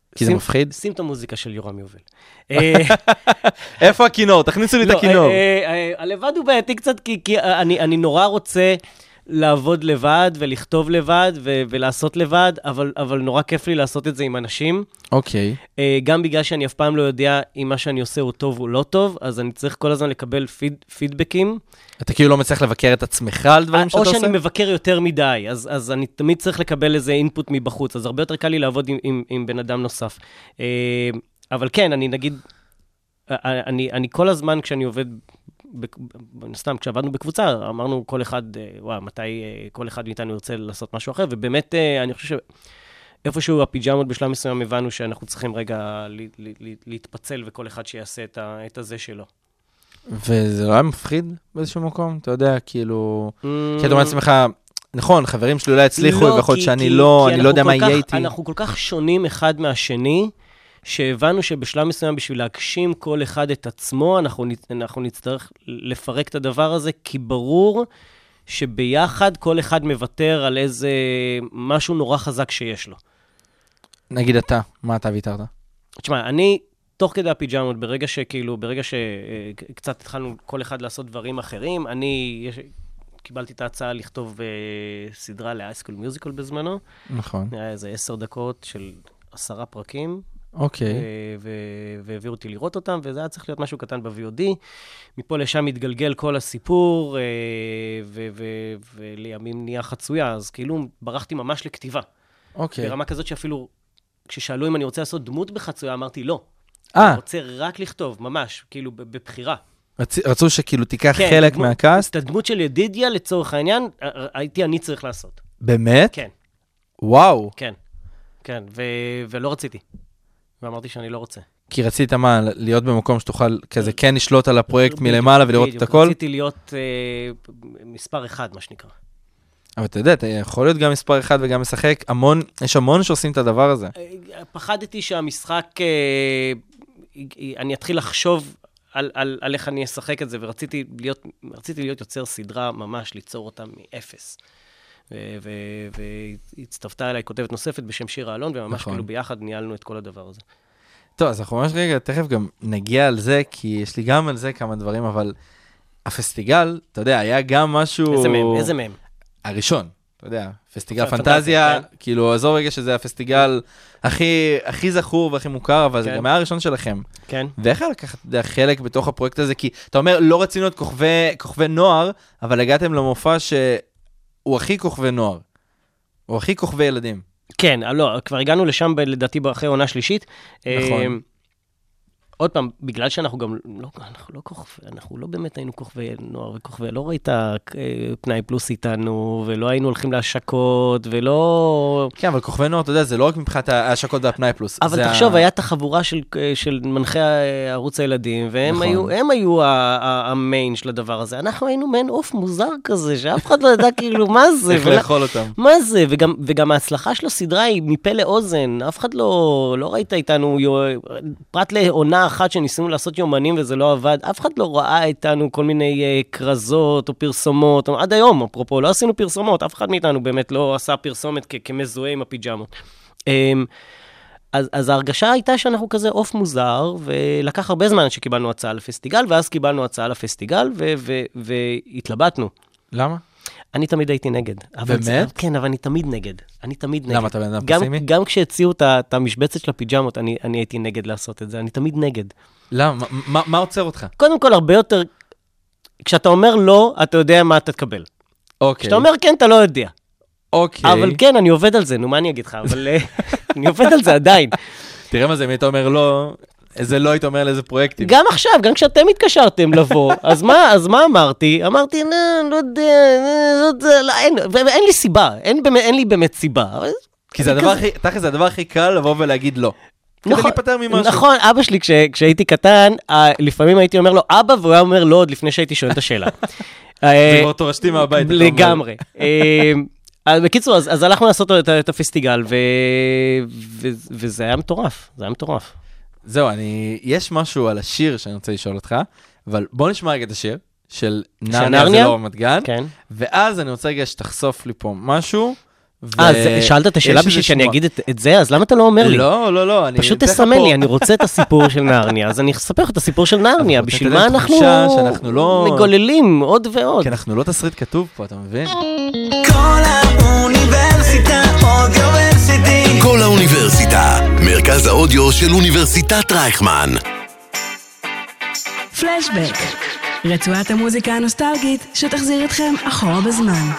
כי זה מפחיד? שים את המוזיקה של יורם יובל. איפה הכינור? תכניסו לי את הכינור. הלבד הוא בעייתי קצת, כי אני נורא רוצה לעבוד לבד ולכתוב לבד ולעשות לבד, אבל נורא כיף לי לעשות את זה עם אנשים. אוקיי. גם בגלל שאני אף פעם לא יודע אם מה שאני עושה הוא טוב או לא טוב, אז אני צריך כל הזמן לקבל פידבקים. אתה כאילו לא מצליח לבקר את עצמך על דברים שאתה עושה? או שאני מבקר יותר מדי, אז, אז אני תמיד צריך לקבל איזה אינפוט מבחוץ, אז הרבה יותר קל לי לעבוד עם, עם, עם בן אדם נוסף. אבל כן, אני נגיד, אני, אני כל הזמן כשאני עובד, סתם, כשעבדנו בקבוצה, אמרנו כל אחד, וואו, מתי כל אחד מאיתנו ירצה לעשות משהו אחר, ובאמת, אני חושב שאיפשהו הפיג'מות בשלב מסוים הבנו שאנחנו צריכים רגע להתפצל, וכל אחד שיעשה את הזה שלו. וזה לא היה מפחיד באיזשהו מקום? אתה יודע, כאילו... כי אתה אומר לעצמך, נכון, חברים שלי אולי הצליחו, ויכול להיות שאני לא, אני לא יודע מה יהיה איתי. אנחנו כל כך שונים אחד מהשני, שהבנו שבשלב מסוים בשביל להגשים כל אחד את עצמו, אנחנו נצטרך לפרק את הדבר הזה, כי ברור שביחד כל אחד מוותר על איזה משהו נורא חזק שיש לו. נגיד אתה, מה אתה ויתרת? תשמע, אני... תוך כדי הפיג'מות, ברגע שכאילו, ברגע שקצת התחלנו כל אחד לעשות דברים אחרים, אני יש, קיבלתי את ההצעה לכתוב uh, סדרה ל-High School Musical בזמנו. נכון. היה איזה עשר דקות של עשרה פרקים. אוקיי. והעבירו אותי לראות אותם, וזה היה צריך להיות משהו קטן ב-וי או די. מפה לשם מתגלגל כל הסיפור, ולימים נהיה חצויה, אז כאילו ברחתי ממש לכתיבה. אוקיי. ברמה כזאת שאפילו, כששאלו אם אני רוצה לעשות דמות בחצויה, אמרתי לא. אה. אני רוצה רק לכתוב, ממש, כאילו, בבחירה. רצ... רצו שכאילו תיקח כן, חלק דמות, מהקאסט? את הדמות של ידידיה, לצורך העניין, הייתי אני צריך לעשות. באמת? כן. וואו. כן, כן, ו... ולא רציתי. ואמרתי שאני לא רוצה. כי רצית מה, להיות במקום שתוכל כזה כן לשלוט על הפרויקט מלמעלה ולראות את הכל? רציתי להיות אה, מספר אחד, מה שנקרא. אבל אתה יודע, אתה יכול להיות גם מספר אחד וגם משחק, המון, יש המון שעושים את הדבר הזה. פחדתי שהמשחק, אה, אני אתחיל לחשוב על, על, על איך אני אשחק את זה, ורציתי להיות, רציתי להיות יוצר סדרה ממש, ליצור אותה מאפס. והצטרפתה אליי כותבת נוספת בשם שיר האלון, וממש כאילו ביחד ניהלנו את כל הדבר הזה. טוב, אז אנחנו ממש רגע, תכף גם נגיע על זה, כי יש לי גם על זה כמה דברים, אבל הפסטיגל, אתה יודע, היה גם משהו... איזה מהם? איזה מהם? הראשון, אתה יודע, פסטיגל פנטזיה, כאילו, עזור רגע שזה הפסטיגל הכי זכור והכי מוכר, אבל זה גם היה הראשון שלכם. כן. ואיך לקחת חלק בתוך הפרויקט הזה? כי אתה אומר, לא רצינו את כוכבי נוער, אבל הגעתם למופע שהוא הכי כוכבי נוער, הוא הכי כוכבי ילדים. כן, לא, כבר הגענו לשם לדעתי אחרי עונה שלישית. נכון. עוד פעם, בגלל שאנחנו גם, לא, אנחנו לא כוכבי, אנחנו לא באמת היינו כוכבי נוער וכוכבי, לא ראית פנאי פלוס איתנו, ולא היינו הולכים להשקות, ולא... כן, אבל כוכבי נוער, אתה יודע, זה לא רק מבחינת ההשקות והפנאי פלוס. אבל תחשוב, היה את החבורה של, של מנחי ערוץ הילדים, והם נכון. היו, הם היו המיין של הדבר הזה. אנחנו היינו מיין אוף מוזר כזה, שאף אחד לא ידע כאילו מה זה. איך לאכול אותם. מה זה, וגם, וגם ההצלחה של הסדרה היא מפה לאוזן, אף אחד לא, לא ראית איתנו, פרט לעונה אחת שניסינו לעשות יומנים וזה לא עבד, אף אחד לא ראה איתנו כל מיני uh, קרזות או פרסומות, או, עד היום, אפרופו, לא עשינו פרסומות, אף אחד מאיתנו באמת לא עשה פרסומת כ- כמזוהה עם הפיג'מות. Um, אז, אז ההרגשה הייתה שאנחנו כזה אוף מוזר, ולקח הרבה זמן שקיבלנו הצעה לפסטיגל, ואז קיבלנו הצעה לפסטיגל, ו- ו- והתלבטנו. למה? אני תמיד הייתי נגד. באמת? כן, אבל אני תמיד נגד. אני תמיד נגד. למה אתה בן אדם פסימי? גם כשהציעו את המשבצת של הפיג'מות, אני הייתי נגד לעשות את זה. אני תמיד נגד. למה? מה עוצר אותך? קודם כל, הרבה יותר... כשאתה אומר לא, אתה יודע מה אתה תקבל. אוקיי. כשאתה אומר כן, אתה לא יודע. אוקיי. אבל כן, אני עובד על זה. נו, מה אני אגיד לך? אבל אני עובד על זה עדיין. תראה מה זה, אם היית אומר לא... איזה לא היית אומר לאיזה פרויקטים. גם עכשיו, גם כשאתם התקשרתם לבוא, אז מה, אז מה אמרתי? אמרתי, לא, לא יודע, לא יודע, לא, אין, ואין לי סיבה, אין, אין לי באמת סיבה. כי זה הדבר הכי, תכף זה הדבר הכי קל לבוא ולהגיד לא. כדי להיפטר ממשהו. נכון, אבא שלי, כשהייתי קטן, לפעמים הייתי אומר לו, אבא, והוא היה אומר לא, עוד לפני שהייתי שואל את השאלה. זה כבר תורשתי מהבית. לגמרי. בקיצור, אז הלכנו לעשות את הפסטיגל, וזה היה מטורף, זה היה מטורף. זהו, אני, יש משהו על השיר שאני רוצה לשאול אותך, אבל בוא נשמע רגע את השיר של נרניה זה לא רמת גן, כן. ואז אני רוצה רגע שתחשוף לי פה משהו, אה, שאלת את השאלה בשביל שאני אגיד את זה, אז למה אתה לא אומר לי? לא, לא, לא. פשוט תסמן לי, אני רוצה את הסיפור של נרניה, אז אני אספר לך את הסיפור של נרניה, בשביל מה אנחנו מגוללים עוד ועוד. כי אנחנו לא תסריט כתוב פה, אתה מבין? כל האוניברסיטה אודיוורסיטי. כל האוניברסיטה, מרכז האודיו של אוניברסיטת רייכמן. פלשבק, רצועת המוזיקה הנוסטלגית שתחזיר אתכם אחורה בזמן.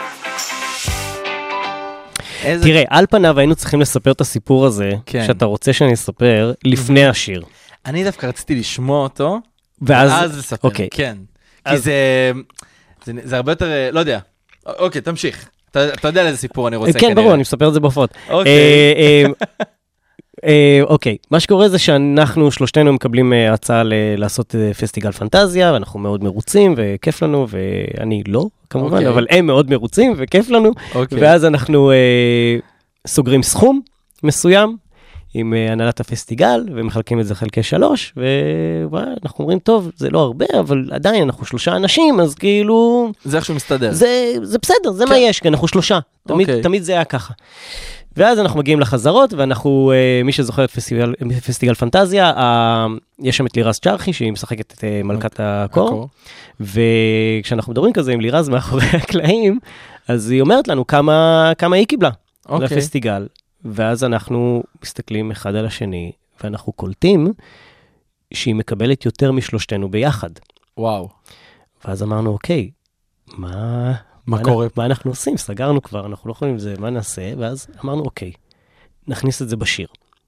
איזה... תראה, על פניו היינו צריכים לספר את הסיפור הזה, כן. שאתה רוצה שאני אספר, לפני השיר. אני דווקא רציתי לשמוע אותו, ואז, ואז לספר, אוקיי. כן. אז... כי זה, זה, זה הרבה יותר, לא יודע. אוקיי, תמשיך. אתה, אתה יודע על איזה סיפור אני רוצה כן, כנראה. ברור, אני מספר את זה בהופעות. אוקיי. אה, אה, אה, אוקיי, מה שקורה זה שאנחנו שלושתנו מקבלים אה, הצעה ל- לעשות אה, פסטיגל פנטזיה, ואנחנו מאוד מרוצים וכיף לנו, ואני לא, כמובן, אוקיי. אבל הם מאוד מרוצים וכיף לנו, אוקיי. ואז אנחנו אה, סוגרים סכום מסוים עם אה, הנהלת הפסטיגל, ומחלקים את זה חלקי שלוש, ואנחנו אומרים, טוב, זה לא הרבה, אבל עדיין אנחנו שלושה אנשים, אז כאילו... זה איך שהוא מסתדר. זה, זה בסדר, זה כן. מה יש, כי אנחנו שלושה. תמיד, אוקיי. תמיד זה היה ככה. ואז אנחנו מגיעים לחזרות, ואנחנו, מי שזוכר את פסטיגל, פסטיגל פנטזיה, יש שם את לירז צ'רחי, שהיא משחקת את מלכת הקור, וכשאנחנו מדברים כזה עם לירז מאחורי הקלעים, אז היא אומרת לנו כמה, כמה היא קיבלה לפסטיגל, ואז אנחנו מסתכלים אחד על השני, ואנחנו קולטים שהיא מקבלת יותר משלושתנו ביחד. וואו. ואז אמרנו, אוקיי, מה... מה מה קורה? אנחנו, מה אנחנו עושים? סגרנו כבר, אנחנו לא יכולים לזה, מה נעשה? ואז אמרנו, אוקיי, נכניס את זה בשיר.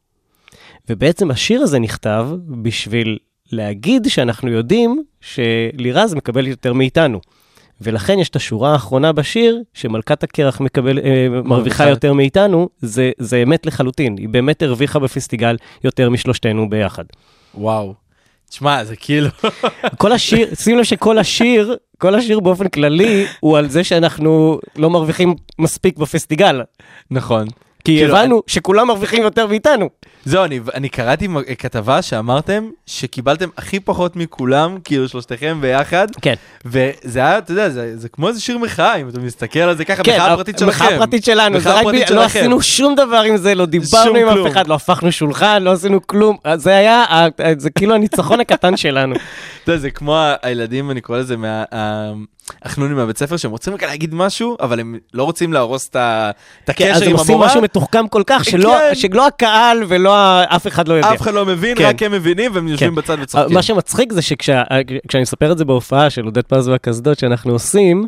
ובעצם השיר הזה נכתב בשביל להגיד שאנחנו יודעים שלירז מקבל יותר מאיתנו. ולכן יש את השורה האחרונה בשיר, שמלכת הקרח מקבל, אה, מרוויחה יותר מאיתנו, זה, זה אמת לחלוטין. היא באמת הרוויחה בפסטיגל יותר משלושתנו ביחד. וואו. תשמע, זה כאילו... כל השיר, שים לב שכל השיר, כל השיר באופן כללי, הוא על זה שאנחנו לא מרוויחים מספיק בפסטיגל. נכון. כי הבנו שכולם מרוויחים יותר מאיתנו. זהו, אני, אני קראתי כתבה שאמרתם שקיבלתם הכי פחות מכולם, כאילו שלושתכם ביחד. כן. וזה היה, אתה יודע, זה, זה כמו איזה שיר מחאה, אם אתה מסתכל על זה ככה, כן, מחאה פרטית שלכם. מחאה פרטית שלנו, זה רק ב... לא עשינו שום דבר עם זה, לא דיברנו עם אף אחד, לא הפכנו שולחן, לא עשינו כלום. זה היה, זה כאילו הניצחון הקטן שלנו. אתה יודע, זה כמו הילדים, אני קורא לזה, מה... החנונים מהבית ספר, שהם רוצים רק להגיד משהו, אבל הם לא רוצים להרוס את הקשר עם המורה. אז הם עושים משהו מתוחכם כל כך, שלא הקהל ולא אף אחד לא יודע. אף אחד לא מבין, רק הם מבינים, והם יושבים בצד וצוחקים. מה שמצחיק זה שכשאני מספר את זה בהופעה של עודד פז והקסדות שאנחנו עושים,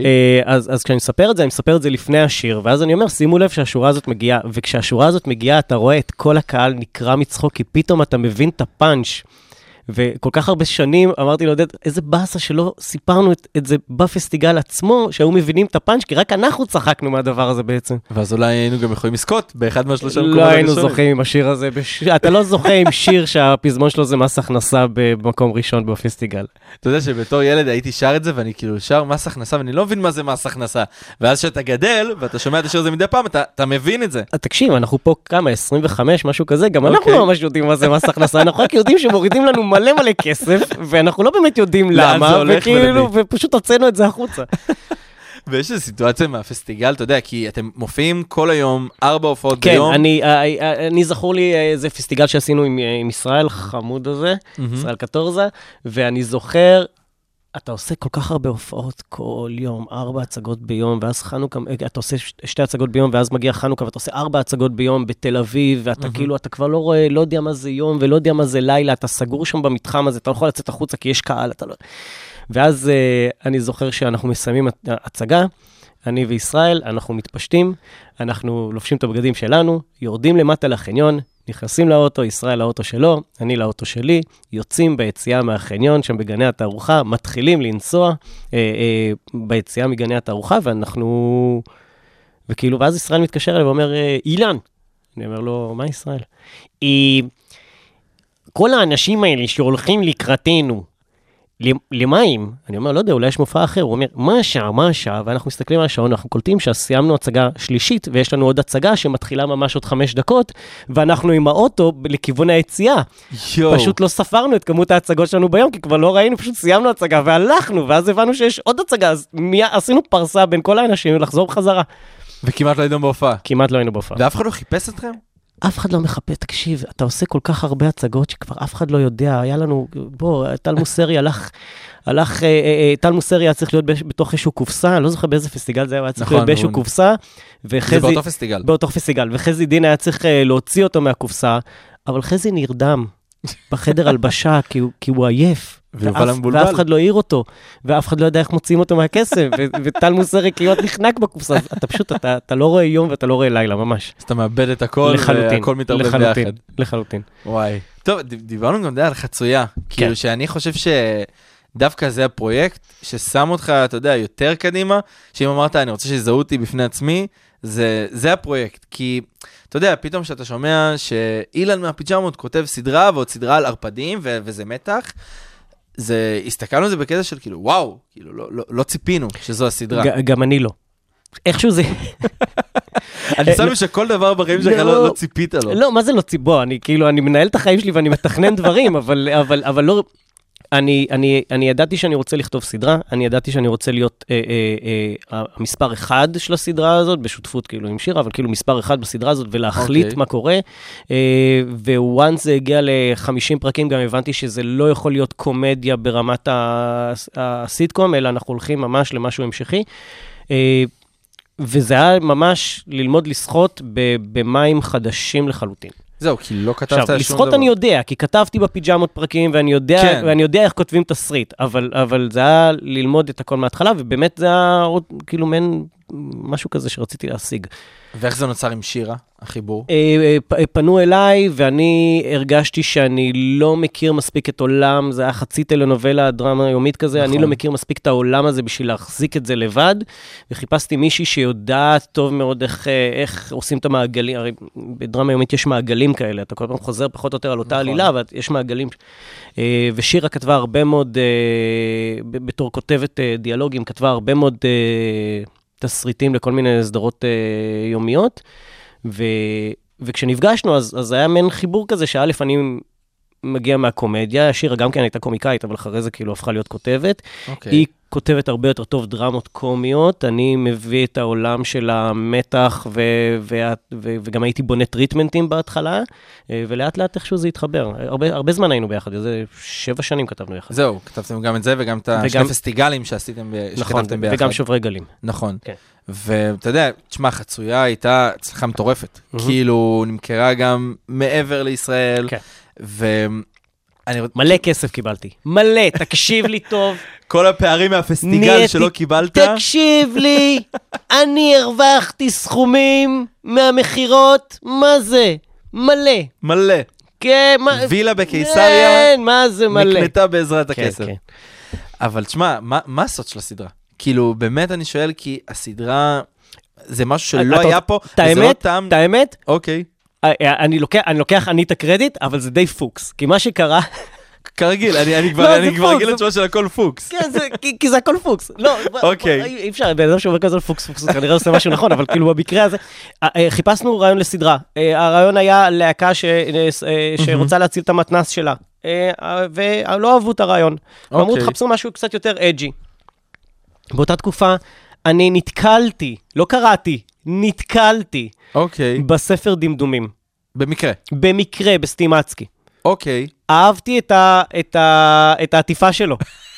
אז כשאני מספר את זה, אני מספר את זה לפני השיר, ואז אני אומר, שימו לב שהשורה הזאת מגיעה, וכשהשורה הזאת מגיעה, אתה רואה את כל הקהל נקרא מצחוק, כי פתאום אתה מבין את הפאנץ'. וכל כך הרבה שנים אמרתי לו, איזה באסה שלא סיפרנו את, את זה בפסטיגל עצמו, שהיו מבינים את הפאנץ', כי רק אנחנו צחקנו מהדבר הזה בעצם. ואז אולי היינו גם יכולים לזכות באחד מהשלושה מקומות. לא היינו זוכים עם השיר הזה, בש... אתה לא זוכה עם שיר שהפזמון שלו זה מס הכנסה במקום ראשון בפסטיגל. אתה יודע שבתור ילד הייתי שר את זה, ואני כאילו שר מס הכנסה, ואני לא מבין מה זה מס הכנסה. ואז שאתה גדל, ואתה שומע את השיר הזה מדי פעם, אתה, אתה מבין את זה. תקשיב, אנחנו פה כמה, עשרים וחמש, משהו כזה, גם אנחנו לא ממש יודעים מה זה מס הכנסה, אנחנו רק יודעים שמורידים לנו מלא מלא כסף, ואנחנו לא באמת יודעים למה, וכאילו, ופשוט הוצאנו את זה החוצה. ויש איזו סיטואציה מהפסטיגל, אתה יודע, כי אתם מופיעים כל היום, ארבע הופעות כן, ביום. כן, אני, אני זכור לי איזה פסטיגל שעשינו עם, עם ישראל חמוד הזה, mm-hmm. ישראל קטורזה, ואני זוכר, אתה עושה כל כך הרבה הופעות כל יום, ארבע הצגות ביום, ואז חנוכה, אתה עושה שתי הצגות ביום, ואז מגיע חנוכה, ואתה עושה ארבע הצגות ביום בתל אביב, ואתה mm-hmm. כאילו, אתה כבר לא רואה, לא יודע מה זה יום, ולא יודע מה זה לילה, אתה סגור שם במתחם הזה, אתה לא יכול לצאת החוצה, כי יש קהל, אתה לא... ואז uh, אני זוכר שאנחנו מסיימים הצגה, אני וישראל, אנחנו מתפשטים, אנחנו לובשים את הבגדים שלנו, יורדים למטה לחניון, נכנסים לאוטו, ישראל לאוטו שלו, אני לאוטו שלי, יוצאים ביציאה מהחניון, שם בגני התערוכה, מתחילים לנסוע אה, אה, ביציאה מגני התערוכה, ואנחנו... וכאילו, ואז ישראל מתקשר אליי ואומר, אילן, אני אומר לו, מה ישראל? היא... כל האנשים האלה שהולכים לקראתנו, למים, אני אומר, לא יודע, אולי יש מופע אחר, הוא אומר, מה השעה, מה השעה, ואנחנו מסתכלים על השעון, אנחנו קולטים שסיימנו הצגה שלישית, ויש לנו עוד הצגה שמתחילה ממש עוד חמש דקות, ואנחנו עם האוטו לכיוון היציאה. יו. פשוט לא ספרנו את כמות ההצגות שלנו ביום, כי כבר לא ראינו, פשוט סיימנו הצגה, והלכנו, ואז הבנו שיש עוד הצגה, אז מי... עשינו פרסה בין כל האנשים לחזור בחזרה. וכמעט לא היינו בהופעה. כמעט לא היינו בהופעה. ואף אחד לא חיפש אתכם? אף אחד לא מחפש, תקשיב, אתה עושה כל כך הרבה הצגות שכבר אף אחד לא יודע, היה לנו, בוא, טל מוסרי הלך, הלך, טל מוסרי היה צריך להיות בתוך איזשהו קופסה, אני לא זוכר באיזה פסטיגל זה היה צריך להיות באיזשהו קופסה, זה באותו פסטיגל. באותו פסטיגל, וחזי דין היה צריך להוציא אותו מהקופסה, אבל חזי נרדם בחדר הלבשה, כי הוא, כי הוא עייף, ואף אחד לא העיר אותו, ואף אחד לא יודע איך מוציאים אותו מהכסף, וטל מוסרי כמעט נחנק בקופסה, אתה פשוט, אתה, אתה לא רואה יום ואתה לא רואה לילה, ממש. אז אתה מאבד את הכל, והכל מתערבב ביחד. לחלוטין. וואי. טוב, דיברנו גם די על חצויה, כאילו שאני חושב שדווקא זה הפרויקט, ששם אותך, אתה יודע, יותר קדימה, שאם אמרת, אני רוצה שיזהו אותי בפני עצמי, זה, זה הפרויקט, כי אתה יודע, פתאום שאתה שומע שאילן מהפיג'מות כותב סדרה, ועוד סדרה על ארפדים, ו- וזה מתח, זה, הסתכלנו על זה בקטע של כאילו, וואו, כאילו, לא, לא, לא ציפינו שזו הסדרה. ג- גם אני לא. איכשהו זה... אני שם שכל דבר בחיים שלך לא ציפית לו. לא, מה זה לא ציפית? בוא, אני כאילו, אני מנהל את החיים שלי ואני מתכנן דברים, אבל, אבל, אבל לא... אני, אני, אני ידעתי שאני רוצה לכתוב סדרה, אני ידעתי שאני רוצה להיות אה, אה, אה, המספר אחד של הסדרה הזאת, בשותפות כאילו עם שירה, אבל כאילו מספר אחד בסדרה הזאת, ולהחליט okay. מה קורה. אה, וואנס זה הגיע ל-חמישים פרקים, גם הבנתי שזה לא יכול להיות קומדיה ברמת הסיטקום, אלא אנחנו הולכים ממש למשהו המשכי. אה, וזה היה ממש ללמוד לשחות במים חדשים לחלוטין. זהו, כי לא כתבת שום דבר. עכשיו, לשחות אני יודע, כי כתבתי בפיג'מות פרקים, ואני יודע, כן. ואני יודע איך כותבים תסריט, אבל, אבל זה היה ללמוד את הכל מההתחלה, ובאמת זה היה עוד, כאילו, מעין משהו כזה שרציתי להשיג. ואיך זה נוצר עם שירה, החיבור? פנו אליי, ואני הרגשתי שאני לא מכיר מספיק את עולם, זה היה חצי טלנובלה, דרמה יומית כזה, נכון. אני לא מכיר מספיק את העולם הזה בשביל להחזיק את זה לבד, וחיפשתי מישהי שיודעת טוב מאוד איך, איך עושים את המעגלים, הרי בדרמה יומית יש מעגלים כאלה, אתה כל פעם חוזר פחות או יותר על אותה נכון. עלילה, אבל יש מעגלים. ושירה כתבה הרבה מאוד, בתור כותבת דיאלוגים, כתבה הרבה מאוד... תסריטים לכל מיני סדרות אה, יומיות, ו, וכשנפגשנו, אז, אז היה מעין חיבור כזה, שא' אני מגיע מהקומדיה, שירה גם כן הייתה קומיקאית, אבל אחרי זה כאילו הפכה להיות כותבת. Okay. היא כותבת הרבה יותר טוב דרמות קומיות, אני מביא את העולם של המתח, ו, ו, ו, וגם הייתי בונה טריטמנטים בהתחלה, ולאט לאט איכשהו זה התחבר. הרבה, הרבה זמן היינו ביחד, זה שבע שנים כתבנו ביחד. זהו, כתבתם גם את זה, וגם את השני פסטיגלים שעשיתם, נכון, שכתבתם ביחד. וגם שוברי גלים. נכון. כן. ואתה יודע, תשמע, חצויה הייתה הצלחה מטורפת. כאילו, נמכרה גם מעבר לישראל, כן. ו... מלא כסף קיבלתי. מלא, תקשיב לי טוב. כל הפערים מהפסטיגל שלא קיבלת? תקשיב לי, אני הרווחתי סכומים מהמחירות, מה זה? מלא. מלא. כן, מה... וילה בקיסריה. כן, מה זה מלא? נקנתה בעזרת הכסף. כן, כן. אבל תשמע, מה, מה הסוד של הסדרה? כאילו, באמת אני שואל, כי הסדרה, זה משהו שלא היה פה, וזה לא טעם... את האמת? אוקיי. אני לוקח, אני לוקח אני את הקרדיט, אבל זה די פוקס. כי מה שקרה... כרגיל, אני כבר רגיל לתשובה של הכל פוקס. כן, כי זה הכל פוקס. לא, אי אפשר, בן אדם שאומר כזה פוקס, פוקס, כנראה עושה משהו נכון, אבל כאילו במקרה הזה, חיפשנו רעיון לסדרה. הרעיון היה להקה שרוצה להציל את המתנס שלה, ולא אהבו את הרעיון. ואמרו, תחפשו משהו קצת יותר אג'י. באותה תקופה, אני נתקלתי, לא קראתי, נתקלתי, בספר דמדומים. במקרה? במקרה, בסטימצקי. אוקיי. אהבתי את, ה, את, ה, את העטיפה שלו.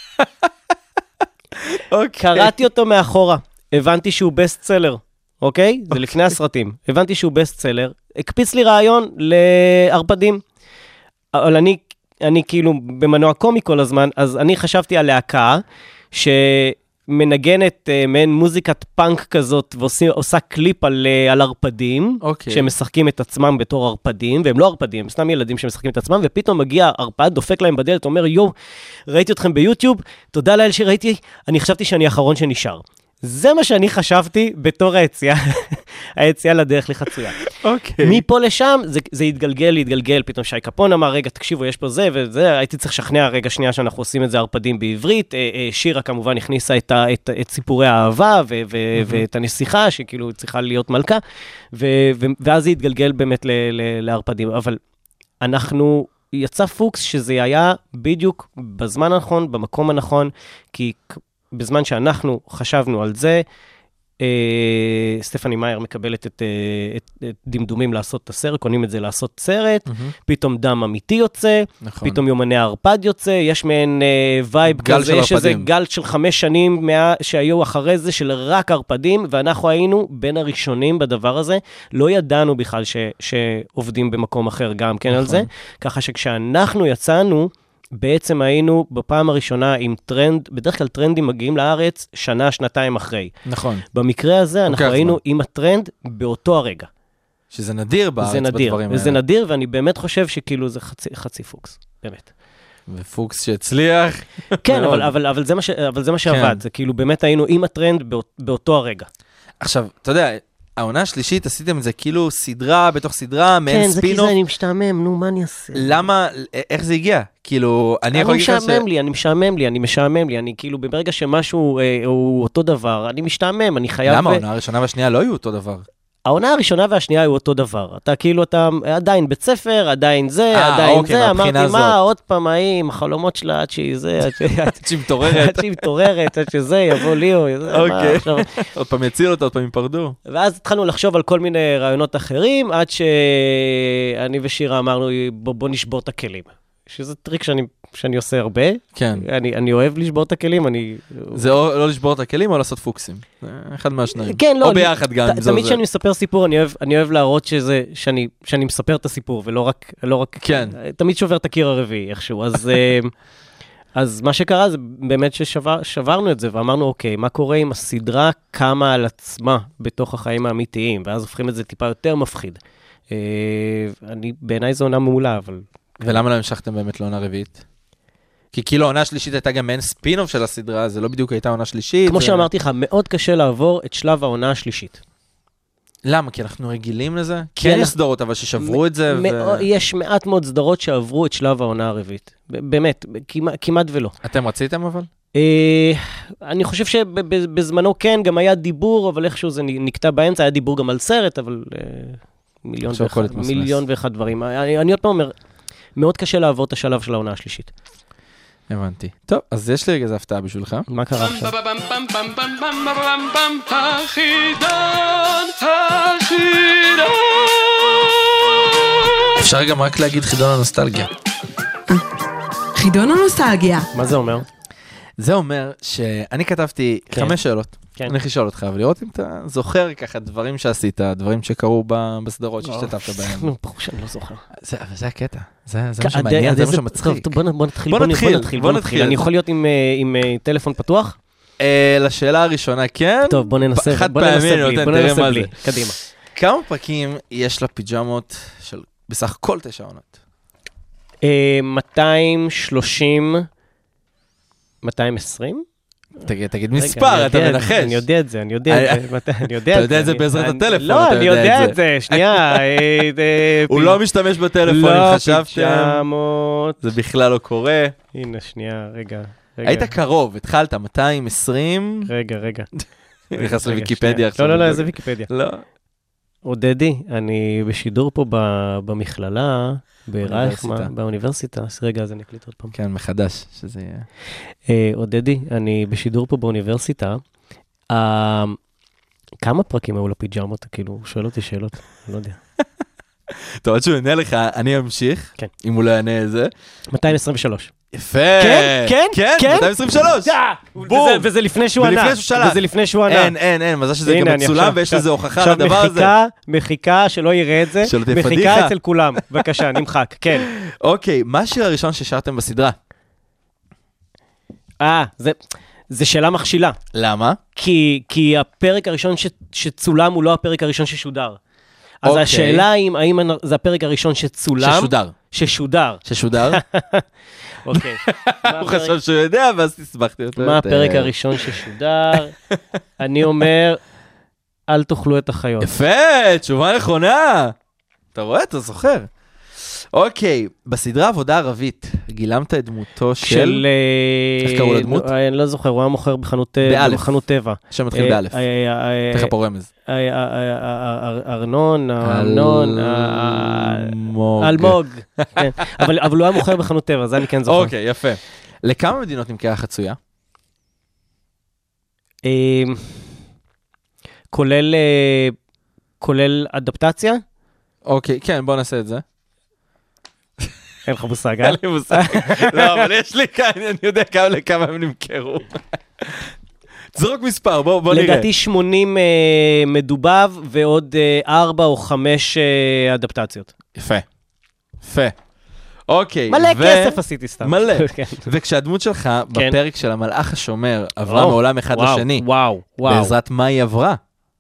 אוקיי. קראתי אותו מאחורה. הבנתי שהוא בסט סלר. אוקיי? זה לפני הסרטים. הבנתי שהוא בסט סלר. הקפיץ לי רעיון לארפדים. אבל אני, אני כאילו במנוע קומי כל הזמן, אז אני חשבתי על להקה ש... מנגנת uh, מעין מוזיקת פאנק כזאת, ועושה קליפ על, uh, על ארפדים, okay. שהם משחקים את עצמם בתור ארפדים, והם לא ארפדים, הם סתם ילדים שמשחקים את עצמם, ופתאום מגיע ארפד, דופק להם בדלת, אומר, יו, ראיתי אתכם ביוטיוב, תודה לאל שראיתי, אני חשבתי שאני האחרון שנשאר. זה מה שאני חשבתי בתור היציאה, היציאה לדרך לחצויה. אוקיי. מפה לשם, זה, זה יתגלגל, יתגלגל, פתאום שי קפון אמר, רגע, תקשיבו, יש פה זה וזה, הייתי צריך לשכנע רגע שנייה שאנחנו עושים את זה ארפדים בעברית, שירה כמובן הכניסה את, ה, את, את סיפורי האהבה ו, ו, mm-hmm. ואת הנסיכה, שכאילו צריכה להיות מלכה, ו, ו, ואז זה יתגלגל באמת ל, ל, לארפדים. אבל אנחנו, יצא פוקס שזה היה בדיוק בזמן הנכון, במקום הנכון, כי... בזמן שאנחנו חשבנו על זה, סטפני מאייר מקבלת את, את, את דמדומים לעשות את הסרט, קונים את זה לעשות סרט, mm-hmm. פתאום דם אמיתי יוצא, נכון. פתאום יומני הרפד יוצא, יש מעין uh, וייב כזה, יש איזה גל של חמש שנים מה, שהיו אחרי זה של רק הרפדים, ואנחנו היינו בין הראשונים בדבר הזה, לא ידענו בכלל ש, שעובדים במקום אחר גם כן נכון. על זה, ככה שכשאנחנו יצאנו, בעצם היינו בפעם הראשונה עם טרנד, בדרך כלל טרנדים מגיעים לארץ שנה, שנתיים אחרי. נכון. במקרה הזה אנחנו היינו עם הטרנד באותו הרגע. שזה נדיר בארץ בדברים האלה. זה נדיר, ואני באמת חושב שכאילו זה חצי, חצי פוקס, באמת. ופוקס שהצליח. כן, אבל, אבל, אבל זה מה ש, אבל זה מה שעבד, זה כאילו באמת היינו עם הטרנד באותו הרגע. עכשיו, אתה יודע, העונה השלישית, עשיתם את זה כאילו סדרה בתוך סדרה, מעין ספינוף. כן, זה כי זה אני משתעמם, נו, מה אני אעשה? למה, איך זה הגיע? כאילו, אני יכול להגיד לך ש... אני משעמם לי, אני משעמם לי, אני משעמם לי, אני כאילו, ברגע שמשהו אה, הוא אותו דבר, אני משתעמם, אני חייב... למה? העונה הראשונה והשנייה לא היו אותו דבר. העונה הראשונה והשנייה היו אותו דבר. אתה כאילו, אתה עדיין בית ספר, עדיין זה, 아, עדיין אוקיי, זה, אמרתי, זאת. מה, עוד פעם, האם, החלומות שלה, עד שהיא זה, עד שהיא מתעוררת. עד שהיא מתעוררת, עד שזה, יבוא ליאו, אוקיי. עוד פעם יציל אותה, עוד פעם ייפרדו. ואז התחלנו לחשוב על כל מיני רעיונות אחרים, עד שאני ושירה אמרנו, בוא, בוא נשבור את הכלים. שזה טריק שאני, שאני עושה הרבה. כן. אני, אני אוהב לשבור את הכלים, אני... זה או לא לשבור את הכלים או לעשות פוקסים. אחד מהשניים. כן, לא. או ביחד גם. ת, תמיד כשאני מספר סיפור, אני אוהב, אני אוהב להראות שזה, שאני, שאני מספר את הסיפור, ולא רק, לא רק... כן. תמיד שובר את הקיר הרביעי, איכשהו. אז, אז מה שקרה זה באמת ששברנו את זה, ואמרנו, אוקיי, מה קורה אם הסדרה קמה על עצמה בתוך החיים האמיתיים, ואז הופכים את זה טיפה יותר מפחיד. אני, בעיניי זו עונה מעולה, אבל... ולמה לא המשכתם באמת לעונה רביעית? כי כאילו העונה השלישית הייתה גם מעין ספינוף של הסדרה, זה לא בדיוק הייתה עונה שלישית. כמו שאמרתי לך, מאוד קשה לעבור את שלב העונה השלישית. למה? כי אנחנו רגילים לזה? כן יש סדרות, אבל ששברו את זה. יש מעט מאוד סדרות שעברו את שלב העונה הרביעית. באמת, כמעט ולא. אתם רציתם אבל? אני חושב שבזמנו כן, גם היה דיבור, אבל איכשהו זה נקטע באמצע, היה דיבור גם על סרט, אבל מיליון ואחד דברים. אני עוד פעם אומר, מאוד קשה לעבור את השלב של העונה השלישית. הבנתי. טוב, אז יש לי רגע איזו הפתעה בשבילך. מה קרה עכשיו? החידון, החידון. אפשר גם רק להגיד חידון הנוסטלגיה. חידון הנוסטלגיה. מה זה אומר? זה אומר שאני כתבתי חמש שאלות. אני הולך לשאול אותך, ולראות אם אתה זוכר ככה דברים שעשית, דברים שקרו בסדרות שהשתתפת בהם. נו, ברור שאני לא זוכר. אבל זה הקטע. זה מה שמעניין, זה מה שמצחיק. בוא נתחיל, בוא נתחיל, בוא נתחיל. אני יכול להיות עם טלפון פתוח? לשאלה הראשונה, כן. טוב, בוא ננסה, חד בוא ננסה פעמים, בלי, בוא ננסה בלי. קדימה. כמה פרקים יש לפיג'מות של בסך כל תשע עונות? מאתיים שלושים, מאתיים ועשרים? תגיד מספר, אתה מנחש. אני יודע את זה, אני יודע את זה. אתה יודע את זה בעזרת הטלפון, לא, אני יודע את זה, שנייה. הוא לא משתמש בטלפון, אם חשבתם. לא, זה בכלל לא קורה. הנה, שנייה, רגע. היית קרוב, התחלת מאתיים ועשרים. רגע, רגע. נכנס לוויקיפדיה עכשיו. לא, לא, לא, זה ויקיפדיה. לא. עודדי, אני בשידור פה במכללה, ברייכמן, באוניברסיטה. רגע, אז אני אקליט עוד פעם. כן, מחדש, שזה יהיה. עודדי, אני בשידור פה באוניברסיטה. כמה פרקים היו לפיג'מות? כאילו, הוא שואל אותי שאלות, אני לא יודע. טוב, עד שהוא יענה לך, אני אמשיך, אם הוא לא יענה את זה. מאתיים עשרים ושלוש. יפה. כן, כן, כן. מאתיים עשרים ושלוש. בום. וזה לפני שהוא ענה. וזה לפני שהוא ענה. אין, אין, אין, מזל שזה גם מצולם, ויש לזה הוכחה לדבר הזה. עכשיו מחיקה, מחיקה, שלא יראה את זה. מחיקה אצל כולם. בבקשה, נמחק, כן. אוקיי, מה השיר הראשון ששרתם בסדרה? אה, זה שאלה מכשילה. למה? כי הפרק הראשון שצולם הוא לא הפרק הראשון ששודר. אז השאלה האם זה הפרק הראשון שצולם... ששודר. ששודר. ששודר? אוקיי. הוא חשב שהוא יודע, ואז תסבכתי אותו. מה הפרק הראשון ששודר? אני אומר, אל תאכלו את החיות. יפה, תשובה נכונה. אתה רואה? אתה זוכר. אוקיי, בסדרה עבודה ערבית, גילמת את דמותו של... איך קראו לדמות? אני לא זוכר, הוא היה מוכר בחנות טבע. שמתחיל באלף. תכף פה רמז. ארנון, ארנון, אלמוג. אבל הוא היה מוכר בחנות טבע, זה אני כן זוכר. אוקיי, יפה. לכמה מדינות נמכרה חצויה? כולל, כולל אדפטציה? אוקיי, כן, בוא נעשה את זה. אין לך מושג, אה? אין לי מושג. לא, אבל יש לי כאן, אני יודע לכמה הם נמכרו. זרוק מספר, בוא נראה. לדעתי שמונים מדובב ועוד ארבע או חמש אדפטציות. יפה. יפה. אוקיי. מלא כסף עשיתי סתם. מלא. וכשהדמות שלך בפרק של המלאך השומר עברה מעולם אחד לשני, בעזרת מה היא עברה?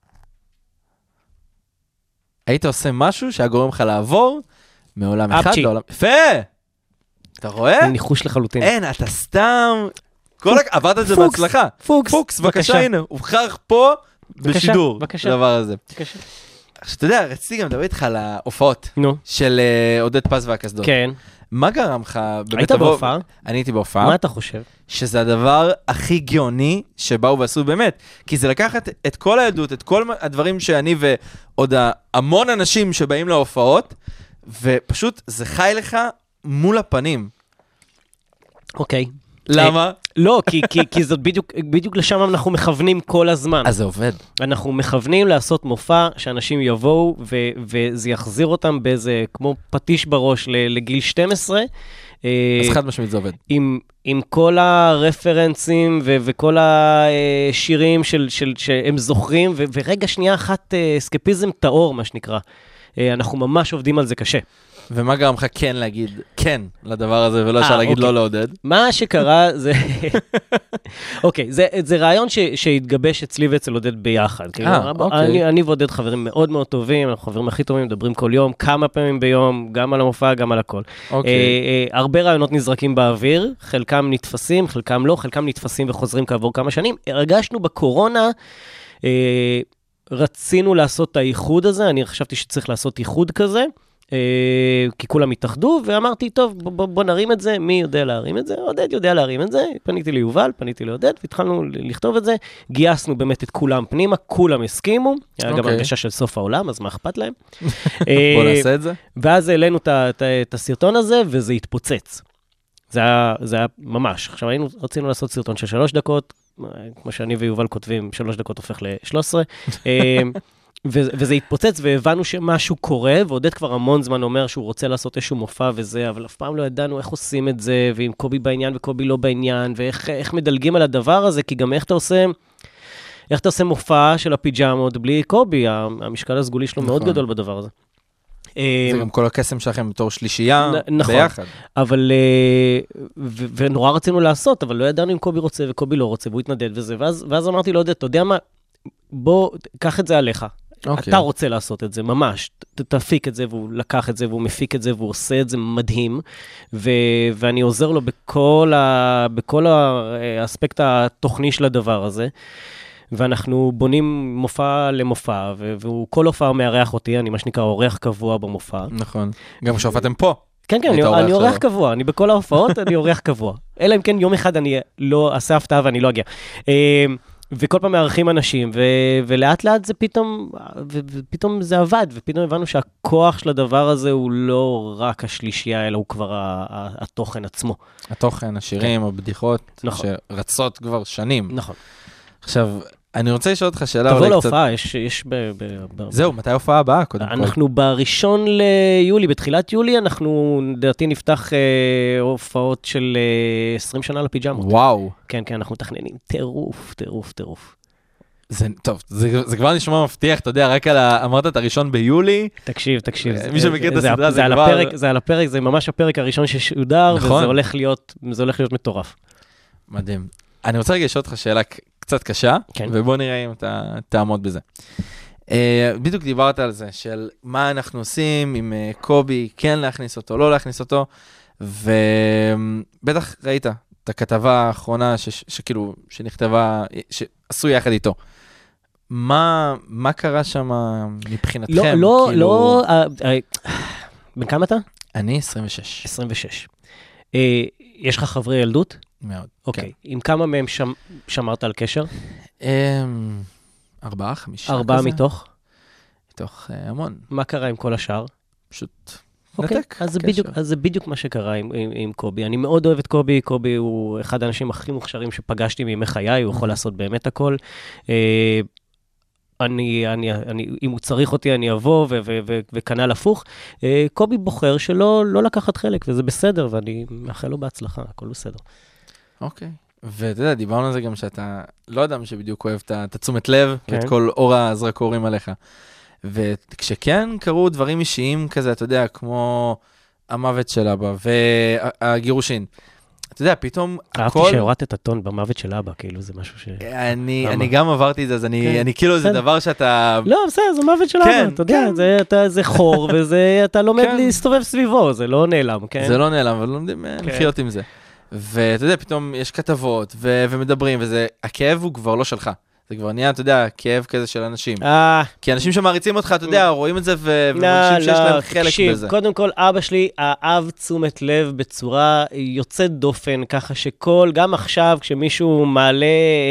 היית עושה משהו שהיה גורם לך לעבור מעולם אחד לעולם... יפה! אתה רואה? ניחוש לחלוטין. אין, אתה סתם... עברת את זה בהצלחה. פוקס. פוקס, בבקשה, הנה. הוכח פה בשידור. בבקשה. הדבר הזה. בבקשה. שאתה יודע, רציתי גם לדבר איתך על ההופעות של עודד פז והקסדות. כן. מה גרם לך? היית בהופעה? אני הייתי בהופעה. מה אתה חושב? שזה הדבר הכי גאוני שבאו ועשו באמת. כי זה לקחת את כל העדות, את כל הדברים שאני ועוד המון אנשים שבאים להופעות, ופשוט זה חי לך מול הפנים. אוקיי. למה? לא, כי, כי, כי זאת בדיוק, בדיוק לשם אנחנו מכוונים כל הזמן. אז זה עובד. אנחנו מכוונים לעשות מופע שאנשים יבואו ו, וזה יחזיר אותם באיזה, כמו פטיש בראש לגיל שתים עשרה. אז חד משמעית זה עובד. עם, עם כל הרפרנסים ו, וכל השירים של, של, שהם זוכרים, ו, ורגע שנייה אחת סקפיזם טהור, מה שנקרא. אנחנו ממש עובדים על זה קשה. ומה גרם לך כן להגיד כן לדבר הזה, ולא אפשר להגיד לא לעודד? מה שקרה זה... אוקיי, זה רעיון שהתגבש אצלי ואצל עודד ביחד. אני ועודד חברים מאוד מאוד טובים, אנחנו חברים הכי טובים, מדברים כל יום, כמה פעמים ביום, גם על המופע, גם על הכל. הרבה רעיונות נזרקים באוויר, חלקם נתפסים, חלקם לא, חלקם נתפסים וחוזרים כעבור כמה שנים. הרגשנו בקורונה... רצינו לעשות את האיחוד הזה, אני חשבתי שצריך לעשות איחוד כזה, כי כולם התאחדו, ואמרתי, טוב, בוא, בוא נרים את זה, מי יודע להרים את זה? עודד יודע להרים את זה, פניתי ליובל, פניתי לעודד, והתחלנו לכתוב את זה, גייסנו באמת את כולם פנימה, כולם הסכימו, היה גם הרגשה של סוף העולם, אז מה אכפת להם? בוא נעשה את זה. ואז העלינו את הסרטון הזה, וזה התפוצץ. זה היה, זה היה ממש. עכשיו, היינו, רצינו לעשות סרטון של שלוש דקות, כמו שאני ויובל כותבים, שלוש דקות הופך ל-שלוש עשרה, וזה התפוצץ, והבנו שמשהו קורה, ועודד כבר המון זמן אומר שהוא רוצה לעשות איזשהו מופע וזה, אבל אף פעם לא ידענו איך עושים את זה, ואם קובי בעניין וקובי לא בעניין, ואיך מדלגים על הדבר הזה, כי גם איך אתה עושה, איך אתה עושה מופע של הפיג'מות בלי קובי, המשקל הסגולי שלו מאוד גדול בדבר הזה. זה גם כל הקסם שלכם בתור שלישייה ביחד. אבל, ונורא רצינו לעשות, אבל לא ידענו אם קובי רוצה וקובי לא רוצה, והוא התנדד וזה, ואז אמרתי לו, עודד, אתה יודע מה, בוא, קח את זה עליך. אתה רוצה לעשות את זה, ממש. תפיק את זה, והוא לקח את זה, והוא מפיק את זה, והוא עושה את זה מדהים, ואני עוזר לו בכל האספקט התוכני של הדבר הזה. ואנחנו בונים מופע למופע, וכל הופעה מארח אותי, אני מה שנקרא אורח קבוע במופע. נכון. גם כשהופעתם פה. כן, כן, אני אורח קבוע, אני בכל ההופעות, אני אורח קבוע. אלא אם כן יום אחד אני לא אעשה הפתעה ואני לא אגיע. וכל פעם מארחים אנשים, ולאט לאט זה פתאום, ופתאום זה עבד, ופתאום הבנו שהכוח של הדבר הזה הוא לא רק השלישייה, אלא הוא כבר התוכן עצמו. התוכן, השירים, הבדיחות, שרצות כבר שנים. נכון. עכשיו, אני רוצה לשאול אותך שאלה... תבוא להופעה, יש... זהו, מתי ההופעה הבאה, קודם כל? אנחנו בראשון ליולי, בתחילת יולי, אנחנו, לדעתי, נפתח הופעות של עשרים שנה לפיג'מות. וואו. כן, כן, אנחנו מתכננים טירוף, טירוף, טירוף. זה, טוב, זה, זה כבר נשמע מבטיח, אתה יודע, רק על ה... אמרת את הראשון ביולי. תקשיב, תקשיב. מי שמכיר את הסדרה, זה, זה כבר... הפרק, זה על הפרק, זה ממש הפרק הראשון ששודר, נכון. וזה הולך להיות, זה הולך להיות מטורף. מדהים. אני רוצה רגע לשאול אותך שאלה קצת קשה, כן. ובוא נראה אם אתה תעמוד בזה. Uh, בדיוק דיברת על זה, של מה אנחנו עושים עם uh, קובי, כן להכניס אותו, לא להכניס אותו, ובטח ראית את הכתבה האחרונה ש- ש- שכאילו, שנכתבה, שעשו יחד איתו. מה, מה קרה שם מבחינתכם? לא, לא, כאילו... לא, uh, uh, בן כמה אתה? אני עשרים ושש. עשרים ושש. Uh, יש לך חברי ילדות? מאוד. אוקיי. Okay. עם כמה מהם שמ... שמרת על קשר? ארבעה, חמישה. ארבעה כזה. מתוך? מתוך uh, המון. מה קרה עם כל השאר? פשוט okay. נתק. אז זה, בדיוק, אז זה בדיוק מה שקרה עם, עם, עם קובי. אני מאוד אוהב את קובי. קובי הוא אחד האנשים הכי מוכשרים שפגשתי מימי חיי, הוא יכול לעשות באמת הכל. Uh, אני, אני, אני, אם הוא צריך אותי, אני אבוא, ו- ו- ו- וכנ"ל הפוך. קובי בוחר שלא לא לקחת חלק, וזה בסדר, ואני מאחל לו בהצלחה, הכל בסדר. אוקיי. ואתה יודע, דיברנו על זה גם שאתה לא אדם שבדיוק אוהב את התשומת לב, ואת כל אור הזרקורים עליך. וכשכן קרו דברים אישיים כזה, אתה יודע, כמו המוות של אבא, והגירושין. אתה יודע, פתאום הכל... אהבתי שהורדת את הטון במוות של אבא, כאילו זה משהו ש... אני, אני גם עברתי את זה, אז אני, אני כאילו, זה דבר שאתה... לא, בסדר, זה מוות של אבא, אתה יודע, זה חור, וזה, אתה לומד להסתובב סביבו, זה לא נעלם, כן? זה לא נעלם, אבל לומדים לחיות עם זה. ואתה יודע, פתאום יש כתבות, ומדברים, וזה, הכאב הוא כבר לא שלך. זה כבר נהיה, אתה יודע, כאב כזה של אנשים. כי אנשים שמעריצים אותך, אתה יודע, רואים את זה, ומרגישים שיש להם חלק בזה. קודם כל, אבא שלי אהב תשומת לב בצורה יוצאת דופן, ככה שכל, גם עכשיו, כשמישהו מעלה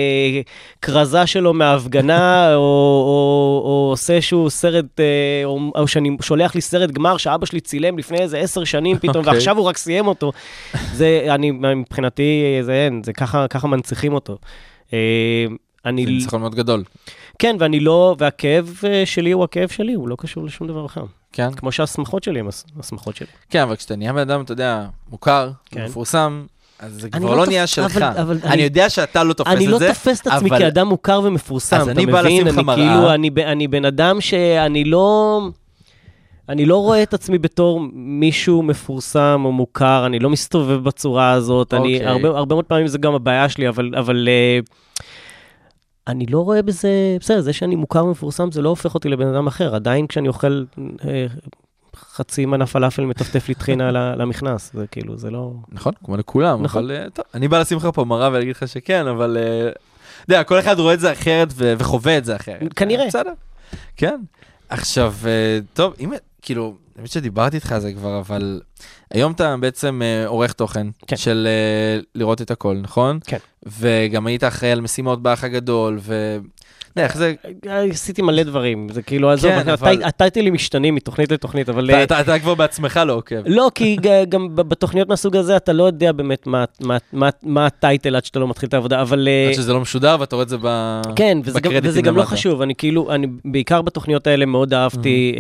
קרזה שלו מההפגנה, או עושה שהוא סרט, או שאני שולח לי סרט גמר, שאבא שלי צילם לפני איזה עשר שנים פתאום, ועכשיו הוא רק סיים אותו. זה, אני, מבחינתי, זה אין, זה ככה מנציחים אותו. אני... זה ניצחון מאוד גדול. כן, ואני לא, והכאב שלי הוא הכאב שלי, הוא לא קשור לשום דבר אחר. כן. כמו שהשמחות שלי הם השמחות שלי. כן, אבל כשאתה נהיה באדם, אתה יודע, מוכר, כן. מפורסם, אז זה כבר לא נהיה שלך. אבל, אבל אני, אני יודע שאתה לא תופס את זה. אני לא תופס את עצמי אבל... כאדם מוכר ומפורסם, אתה מבין? אז אני בא לשים לך מראה. כאילו, אני, אני בן אדם שאני לא... אני לא רואה את עצמי בתור מישהו מפורסם או מוכר, אני לא מסתובב בצורה הזאת, אני, okay. הרבה, הרבה מאוד פעמים זה גם הבעיה שלי, אבל, אבל uh, אני לא רואה בזה, בסדר, זה שאני מוכר ומפורסם, זה לא הופך אותי לבן אדם אחר, עדיין כשאני אוכל uh, חצי מנה פלאפל מטפטף לי טחינה למכנס, זה כאילו, זה לא... נכון, כמו לכולם, נכון. אבל uh, טוב, אני בא לשים לך פה מראה ולהגיד לך שכן, אבל, אתה יודע, כל אחד רואה את זה אחרת ו- וחווה את זה אחרת. כנראה. בסדר, כן. עכשיו, טוב, אם... כאילו, אני חושב שדיברתי איתך על זה כבר, אבל היום אתה בעצם עורך תוכן כן. של לראות את הכל, נכון? כן. וגם היית אחראי על משימות באח הגדול, ו... איך זה... עשיתי מלא דברים, זה כאילו, עזוב, אתה הייתי לי משתנים מתוכנית לתוכנית, אבל... אתה כבר בעצמך לא עוקב. לא, כי גם בתוכניות מהסוג הזה, אתה לא יודע באמת מה הטייטל עד שאתה לא מתחיל את העבודה, אבל... עד שזה לא משודר, ואתה רואה את זה בקרדיטים. כן, וזה גם לא חשוב, אני כאילו, אני בעיקר בתוכניות האלה מאוד אהבתי...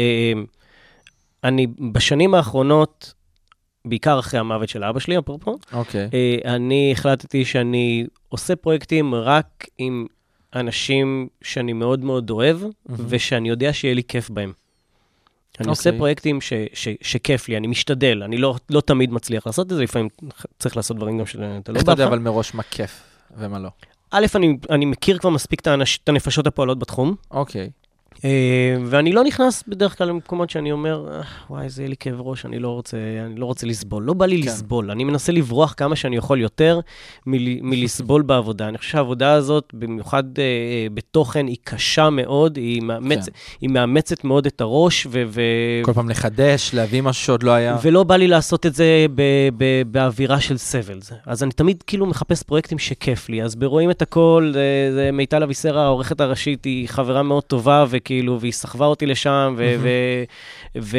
אני בשנים האחרונות, בעיקר אחרי המוות של אבא שלי, אפרופו, okay. אני החלטתי שאני עושה פרויקטים רק עם אנשים שאני מאוד מאוד אוהב, mm-hmm. ושאני יודע שיהיה לי כיף בהם. אני okay. עושה פרויקטים ש, ש, שכיף לי, אני משתדל, אני לא, לא תמיד מצליח לעשות את זה, לפעמים צריך לעשות דברים גם שאתה לא בא לך. איך אתה יודע אבל מראש מה כיף ומה לא? א', אני, אני מכיר כבר מספיק את, האנש, את הנפשות הפועלות בתחום. אוקיי. Okay. ואני לא נכנס בדרך כלל למקומות שאני אומר, וואי, זה יהיה לי כאב ראש, אני לא רוצה, אני לא רוצה לסבול. לא בא לי לסבול. אני מנסה לברוח כמה שאני יכול יותר מלסבול בעבודה. אני חושב שהעבודה הזאת, במיוחד בתוכן, היא קשה מאוד, היא מאמצת מאוד את הראש. כל פעם לחדש, להביא משהו שעוד לא היה. ולא בא לי לעשות את זה באווירה של סבל. אז אני תמיד כאילו מחפש פרויקטים שכיף לי. אז ברואים את הכל, מיטל אביסרה, העורכת הראשית, היא חברה מאוד טובה, וכאילו, והיא סחבה אותי לשם, ו- ו- ו-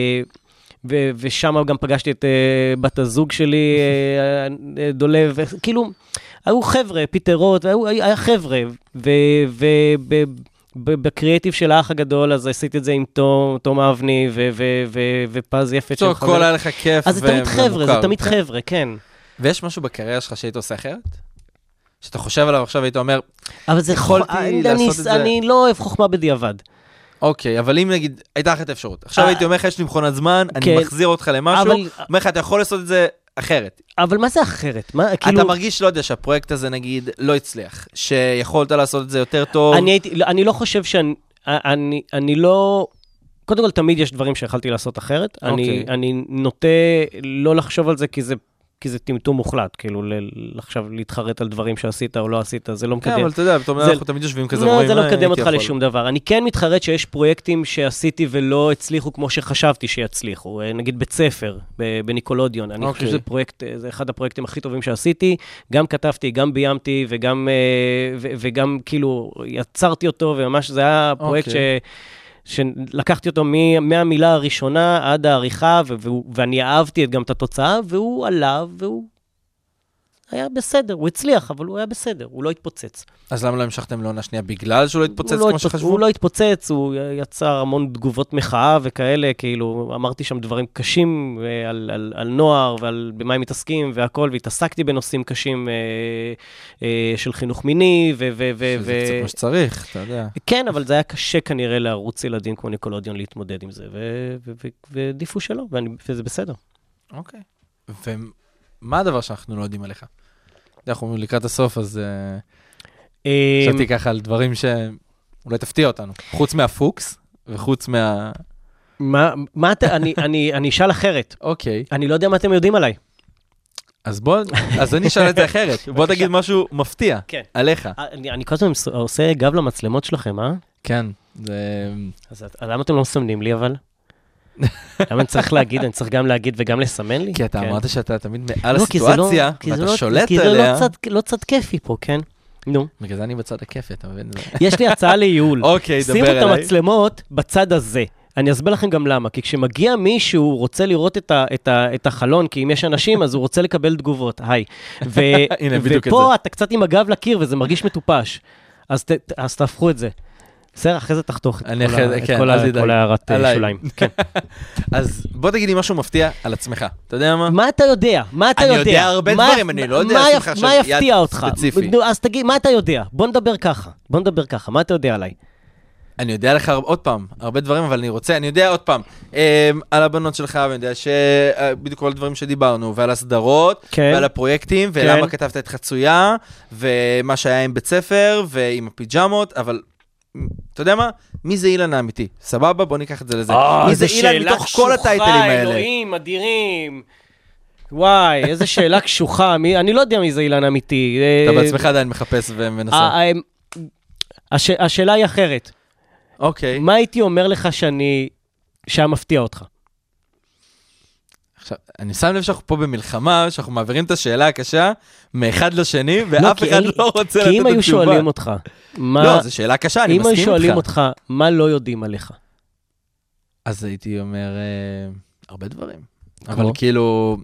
ו- ושם גם פגשתי את uh, בת הזוג שלי, uh, דולב, וכאילו, היו חבר'ה, פיטרות, היו, היה חבר'ה, ובקריאטיב של האח הגדול, אז עשיתי את זה עם תום, תום אבני, ו- ו- ו- ופז יפת. טוב, כל היה לך כיף. אז זה תמיד חבר'ה, זה תמיד חבר'ה, כן. ויש משהו בקריירה שלך שהיית עושה אחרת? שאתה חושב עליו עכשיו והיית אומר, אבל זה יכולתי לעשות את זה. אני לא אוהב חוכמה בדיעבד. אוקיי, אבל אם נגיד, הייתה אחת אפשרות. עכשיו הייתי אומר לך, יש לי מכונת זמן, אני מחזיר אותך למשהו, אומר לך, אתה יכול לעשות את זה אחרת. אבל מה זה אחרת? אתה מרגיש, לא יודע, שהפרויקט הזה נגיד לא הצליח, שיכולת לעשות את זה יותר טוב. אני לא חושב שאני, אני לא... קודם כל, תמיד יש דברים שיכולתי לעשות אחרת. אני נוטה לא לחשוב על זה, כי זה... כי זה טמטום מוחלט, כאילו, עכשיו להתחרט על דברים שעשית או לא עשית, זה לא מקדם. כן, אבל אתה יודע, אנחנו תמיד יושבים כזה, לא, זה לא מקדם אותך לשום דבר. אני כן מתחרט שיש פרויקטים שעשיתי ולא הצליחו כמו שחשבתי שיצליחו. נגיד בית ספר, בניקולודיון. אני חושב שזה פרויקט, זה אחד הפרויקטים הכי טובים שעשיתי. גם כתבתי, גם ביימתי, וגם כאילו יצרתי אותו, וממש זה היה פרויקט ש... שלקחתי אותו מהמילה הראשונה עד העריכה, ואני אהבתי גם את התוצאה, והוא עלה, והוא היה בסדר, הוא הצליח, אבל הוא היה בסדר, הוא לא התפוצץ. אז למה לא המשכתם לעונה שנייה? בגלל שהוא לא התפוצץ הוא לא כמו התפוצ... שחשבו? הוא לא התפוצץ, הוא יצר המון תגובות מחאה וכאלה, כאילו, אמרתי שם דברים קשים על, על, על נוער ועל במה הם מתעסקים והכל, והתעסקתי בנושאים קשים אה, אה, של חינוך מיני, ו... ו, ו שזה ו... קצת מה שצריך, אתה יודע. כן, אבל זה היה קשה כנראה לערוץ ילדים כמו ניקולודיון להתמודד עם זה, ודיפו שלו, ואני... וזה בסדר. אוקיי. ומה הדבר שאנחנו לא יודעים עליך? אנחנו לקראת הסוף, אז חשבתי ככה על דברים שאולי תפתיע אותנו. חוץ מהפוקס וחוץ מה... מה אתה... אני אשאל אחרת. אוקיי. אני לא יודע מה אתם יודעים עליי. אז בוא, אז אני אשאל את זה אחרת. בוא תגיד משהו מפתיע עליך. אני כל הזמן עושה גב למצלמות שלכם, אה? כן. אז למה אתם לא מסמנים לי, אבל? למה אני צריך להגיד, אני צריך גם להגיד וגם לסמן לי? כי אתה אמרת שאתה תמיד מעל הסיטואציה, ואתה שולט עליה. כי זה לא צד כיפי פה, כן? נו. בגלל זה אני בצד הכיפי, אתה מבין? יש לי הצעה לייעול. אוקיי, דבר אליי. שימו את המצלמות בצד הזה. אני אסביר לכם גם למה, כי כשמגיע מישהו, רוצה לראות את, ה, את, ה, את החלון, כי אם יש אנשים, אז הוא רוצה לקבל תגובות, היי. ו, ופה אתה קצת עם הגב לקיר, וזה מרגיש מטופש. אז, ת, אז תהפכו את זה. בסדר, אחרי זה תחתוך את כל הערת שוליים. אז בוא תגיד לי משהו מפתיע על עצמך. אתה יודע מה? מה אתה יודע? מה אתה יודע? אני יודע הרבה דברים, אני לא יודע לשים לך עכשיו יד ספציפי. מה יפתיע אותך? אז תגיד, מה אתה יודע? בוא נדבר ככה. בוא נדבר ככה. מה אתה יודע עליי? אני יודע לך עוד פעם, הרבה דברים, אבל אני רוצה, אני יודע עוד פעם, על הבנות שלך, ואני יודע שבדיוק כל הדברים שדיברנו, ועל הסדרות, ועל הפרויקטים, ולמה כתבת את חצויה, ומה שהיה עם בית ספר, ועם הפיג'מות, אבל אתה יודע מה? מי זה אילן האמיתי? סבבה? בוא ניקח את זה לזה. מי זה אילן מתוך כל הטייטלים האלה? אלוהים, אדירים. וואי, איזה שאלה קשוחה. אני לא יודע מי זה אילן האמיתי. אתה בעצמך עדיין מחפש ומנסה. השאלה היא אחרת. אוקיי. מה הייתי אומר לך שאני... שהיה מפתיע אותך? עכשיו, אני שם לב שאנחנו פה במלחמה, שאנחנו מעבירים את השאלה הקשה מאחד לשני, ואף אחד לא רוצה לתת את התשובה. כי אם היו שואלים אותך... לא, זו שאלה קשה, אני מסכים איתך. אם היו שואלים אותך, מה לא יודעים עליך? אז הייתי אומר, הרבה דברים. אבל כאילו...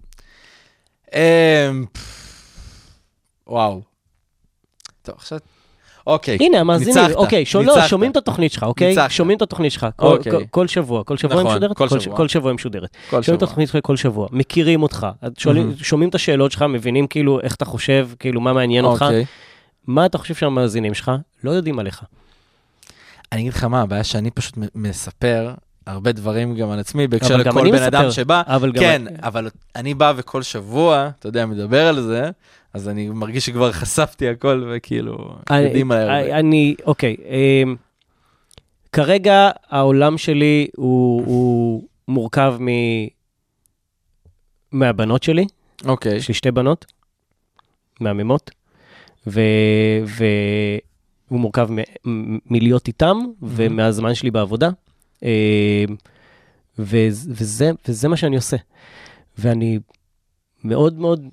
וואו. טוב, עכשיו... אוקיי, הנה, המאזינים, אוקיי, שומעים את התוכנית שלך, אוקיי? שומעים את התוכנית שלך, כל שבוע, כל שבוע היא משודרת? כל שבוע היא משודרת. שומעים את התוכנית שלך כל שבוע, מכירים אותך, שומעים את השאלות שלך, מבינים כאילו איך אתה חושב, כאילו מה מעניין אותך, מה אתה חושב שהמאזינים שלך לא יודעים עליך? אני אגיד לך מה, הבעיה שאני פשוט מספר הרבה דברים גם על עצמי, בהקשר לכל בן אדם שבא, כן, אבל אני בא וכל שבוע, אתה יודע, מדבר על זה, אז אני מרגיש שכבר חשפתי הכל, וכאילו, יודעים עליי. אני, אוקיי, כרגע העולם שלי הוא מורכב מהבנות שלי, אוקיי. יש לי שתי בנות, מהממות, והוא מורכב מלהיות איתם, ומהזמן שלי בעבודה, וזה, וזה מה שאני עושה. ואני מאוד מאוד,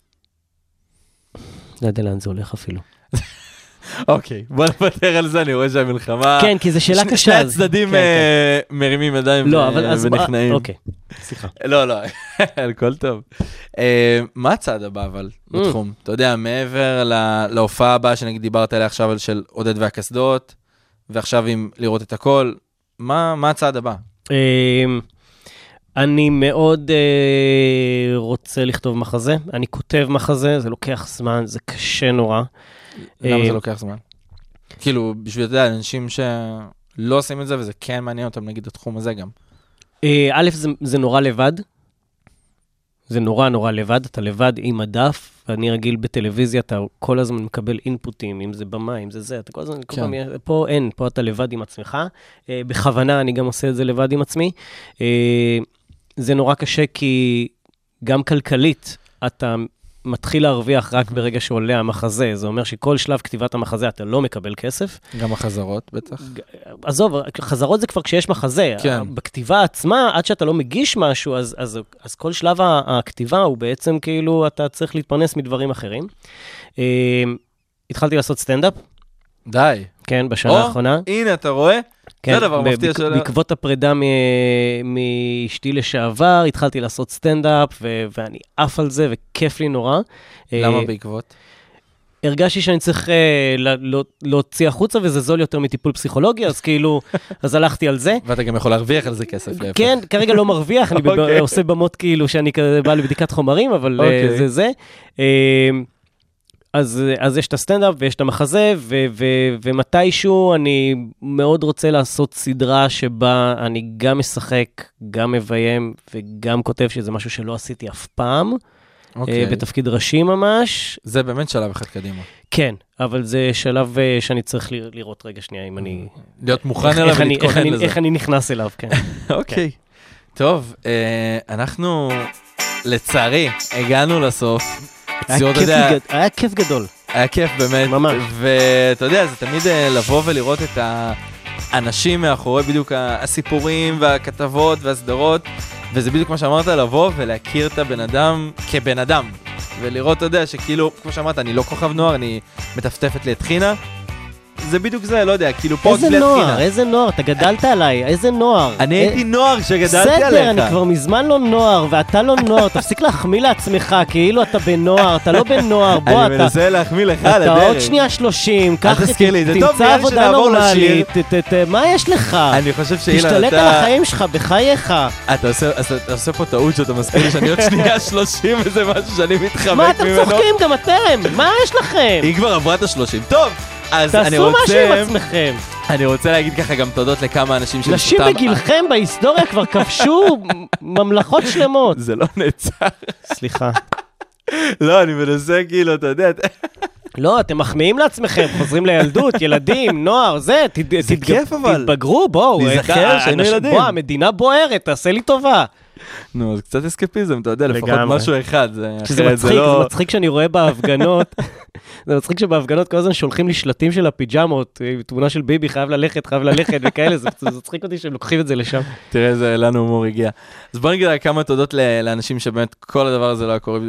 לא יודע לאן זה הולך אפילו. אוקיי, בוא נפטר על זה, אני רואה שהמלחמה... כן, כי זו שאלה קשה. שני הצדדים מרימים ידיים ונכנעים. אוקיי, סליחה. לא, לא, הכל טוב. מה הצעד הבא אבל בתחום? אתה יודע, מעבר להופעה הבאה שנגיד דיברת עליה עכשיו של עודד והקסדות, ועכשיו עם לראות את הכל, מה הצעד הבא? אני מאוד רוצה לכתוב מחזה, אני כותב מחזה, זה לוקח זמן, זה קשה נורא. למה זה לוקח זמן? כאילו, בשביל, אתה יודע, אנשים שלא עושים את זה, וזה כן מעניין אותם, נגיד, התחום הזה גם. א', זה נורא לבד, זה נורא נורא לבד, אתה לבד עם הדף, ואני רגיל בטלוויזיה, אתה כל הזמן מקבל אינפוטים, אם זה במה, אם זה זה, אתה כל הזמן, כל פעם, פה אין, פה אתה לבד עם עצמך, בכוונה אני גם עושה את זה לבד עם עצמי, זה נורא קשה, כי גם כלכלית, אתה מתחיל להרוויח רק ברגע שעולה המחזה, זה אומר שכל שלב כתיבת המחזה אתה לא מקבל כסף. גם החזרות בטח. עזוב, חזרות זה כבר כשיש מחזה. כן. בכתיבה עצמה, עד שאתה לא מגיש משהו, אז, אז, אז כל שלב הכתיבה הוא בעצם כאילו, אתה צריך להתפרנס מדברים אחרים. התחלתי לעשות סטנדאפ. די. כן, בשנה האחרונה. הנה, אתה רואה? זה דבר מפתיע שלו. בעקבות הפרידה מאשתי לשעבר, התחלתי לעשות סטנדאפ, ואני עף על זה, וכיף לי נורא. למה בעקבות? הרגשתי שאני צריך להוציא החוצה, וזה זול יותר מטיפול פסיכולוגי, אז כאילו, אז הלכתי על זה. ואתה גם יכול להרוויח על זה כסף. כן, כרגע לא מרוויח, אני עושה במות כאילו שאני בא לבדיקת חומרים, אבל זה זה. אז, אז יש את הסטנדאפ ויש את המחזה, ו, ו, ומתישהו אני מאוד רוצה לעשות סדרה שבה אני גם משחק, גם מביים וגם כותב שזה משהו שלא עשיתי אף פעם, okay. בתפקיד ראשי ממש. זה באמת שלב אחד קדימה. כן, אבל זה שלב שאני צריך לראות רגע שנייה, אם אני... להיות מוכן אליו ולהתכונן לזה. איך אני נכנס אליו, כן. אוקיי, טוב, אנחנו לצערי הגענו לסוף. היה כיף גדול. היה כיף באמת. ממש. ואתה יודע, זה תמיד לבוא ולראות את האנשים מאחורי בדיוק הסיפורים והכתבות והסדרות, וזה בדיוק מה שאמרת, לבוא ולהכיר את הבן אדם כבן אדם. ולראות, אתה יודע, שכאילו, כמו שאמרת, אני לא כוכב נוער, אני מטפטפת להתחינה. זה בדיוק זה, לא יודע, כאילו פה איזה נוער, איזה נוער, אתה גדלת עליי, איזה נוער. אני הייתי נוער שגדלתי עליך. בסדר, אני כבר מזמן לא נוער, ואתה לא נוער, תפסיק להחמיא לעצמך, כאילו אתה בנוער, אתה לא בנוער, בוא אתה... אני מנסה להחמיא לך לדרך. אתה עוד שנייה שלושים, תמצא עבודה נורמלית, מה יש לך? אני חושב שאילן, אתה... תשתלט על החיים שלך, בחייך. אתה עושה פה טעות שאתה מזכיר לי שאני עוד שנייה שלושים, וזה משהו שאני מתחמק ממנו. מה אתם צוחקים גם אתם? מה יש לכם? היא כבר עברה את השלושים. טוב. תעשו משהו עם עצמכם. אני רוצה להגיד ככה גם תודות לכמה אנשים שפשוטם... נשים בגילכם בהיסטוריה כבר כבשו ממלכות שלמות. זה לא נעצר. סליחה. לא, אני מנסה כאילו, אתה יודע... לא, אתם מחמיאים לעצמכם, חוזרים לילדות, ילדים, נוער, זה, זה כיף אבל. תתבגרו, בואו. נזכר שהיינו ילדים. בוא, המדינה בוערת, תעשה לי טובה. נו, זה קצת אסקפיזם, אתה יודע, לפחות משהו אחד. זה מצחיק, זה מצחיק שאני רואה בהפגנות, זה מצחיק שבהפגנות כל הזמן שולחים לי שלטים של הפיג'מות, תמונה של ביבי, חייב ללכת, חייב ללכת וכאלה, זה מצחיק אותי שהם לוקחים את זה לשם. תראה איזה לנו הומור הגיע. אז בוא נגיד כמה תודות לאנשים שבאמת כל הדבר הזה לא היה קורה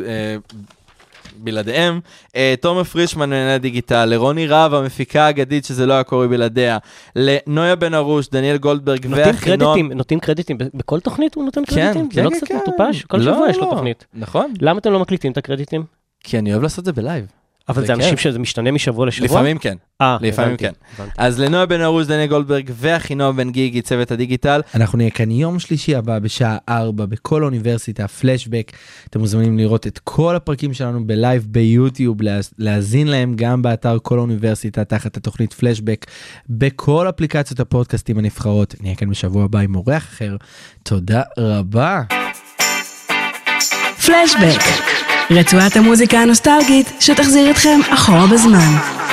בלעדיהם. תומר פרישמן מנהל דיגיטל, לרוני רב המפיקה האגדית שזה לא היה קורה בלעדיה, לנויה בן ארוש, דניאל גולדברג והחינום. נותנים קרדיטים, בכל תוכנית הוא נותן קרדיטים? זה לא קצת מטופש? כל שבוע יש לו תוכנית. נכון. למה אתם לא מקליטים את הקרדיטים? כי אני אוהב לעשות זה בלייב. אבל זה אנשים שזה משתנה משבוע לשבוע? לפעמים כן. אה, לפעמים כן. אז לנויה בן ארוש, דניאל גולדברג והחינום בן גיגי, צוות הדיגיטל. אנחנו נהיה כאן יום שלישי הבא בשעה ארבע בכל אוניברסיטה, פלשבק. אתם מוזמנים לראות את כל הפרקים שלנו בלייב ביוטיוב, להזין להם גם באתר כל האוניברסיטה תחת התוכנית פלשבק, בכל אפליקציות הפודקאסטים הנבחרות. נהיה כאן בשבוע הבא עם אורח אחר. תודה רבה. פלשבק, רצועת המוזיקה הנוסטלגית שתחזיר אתכם אחורה בזמן.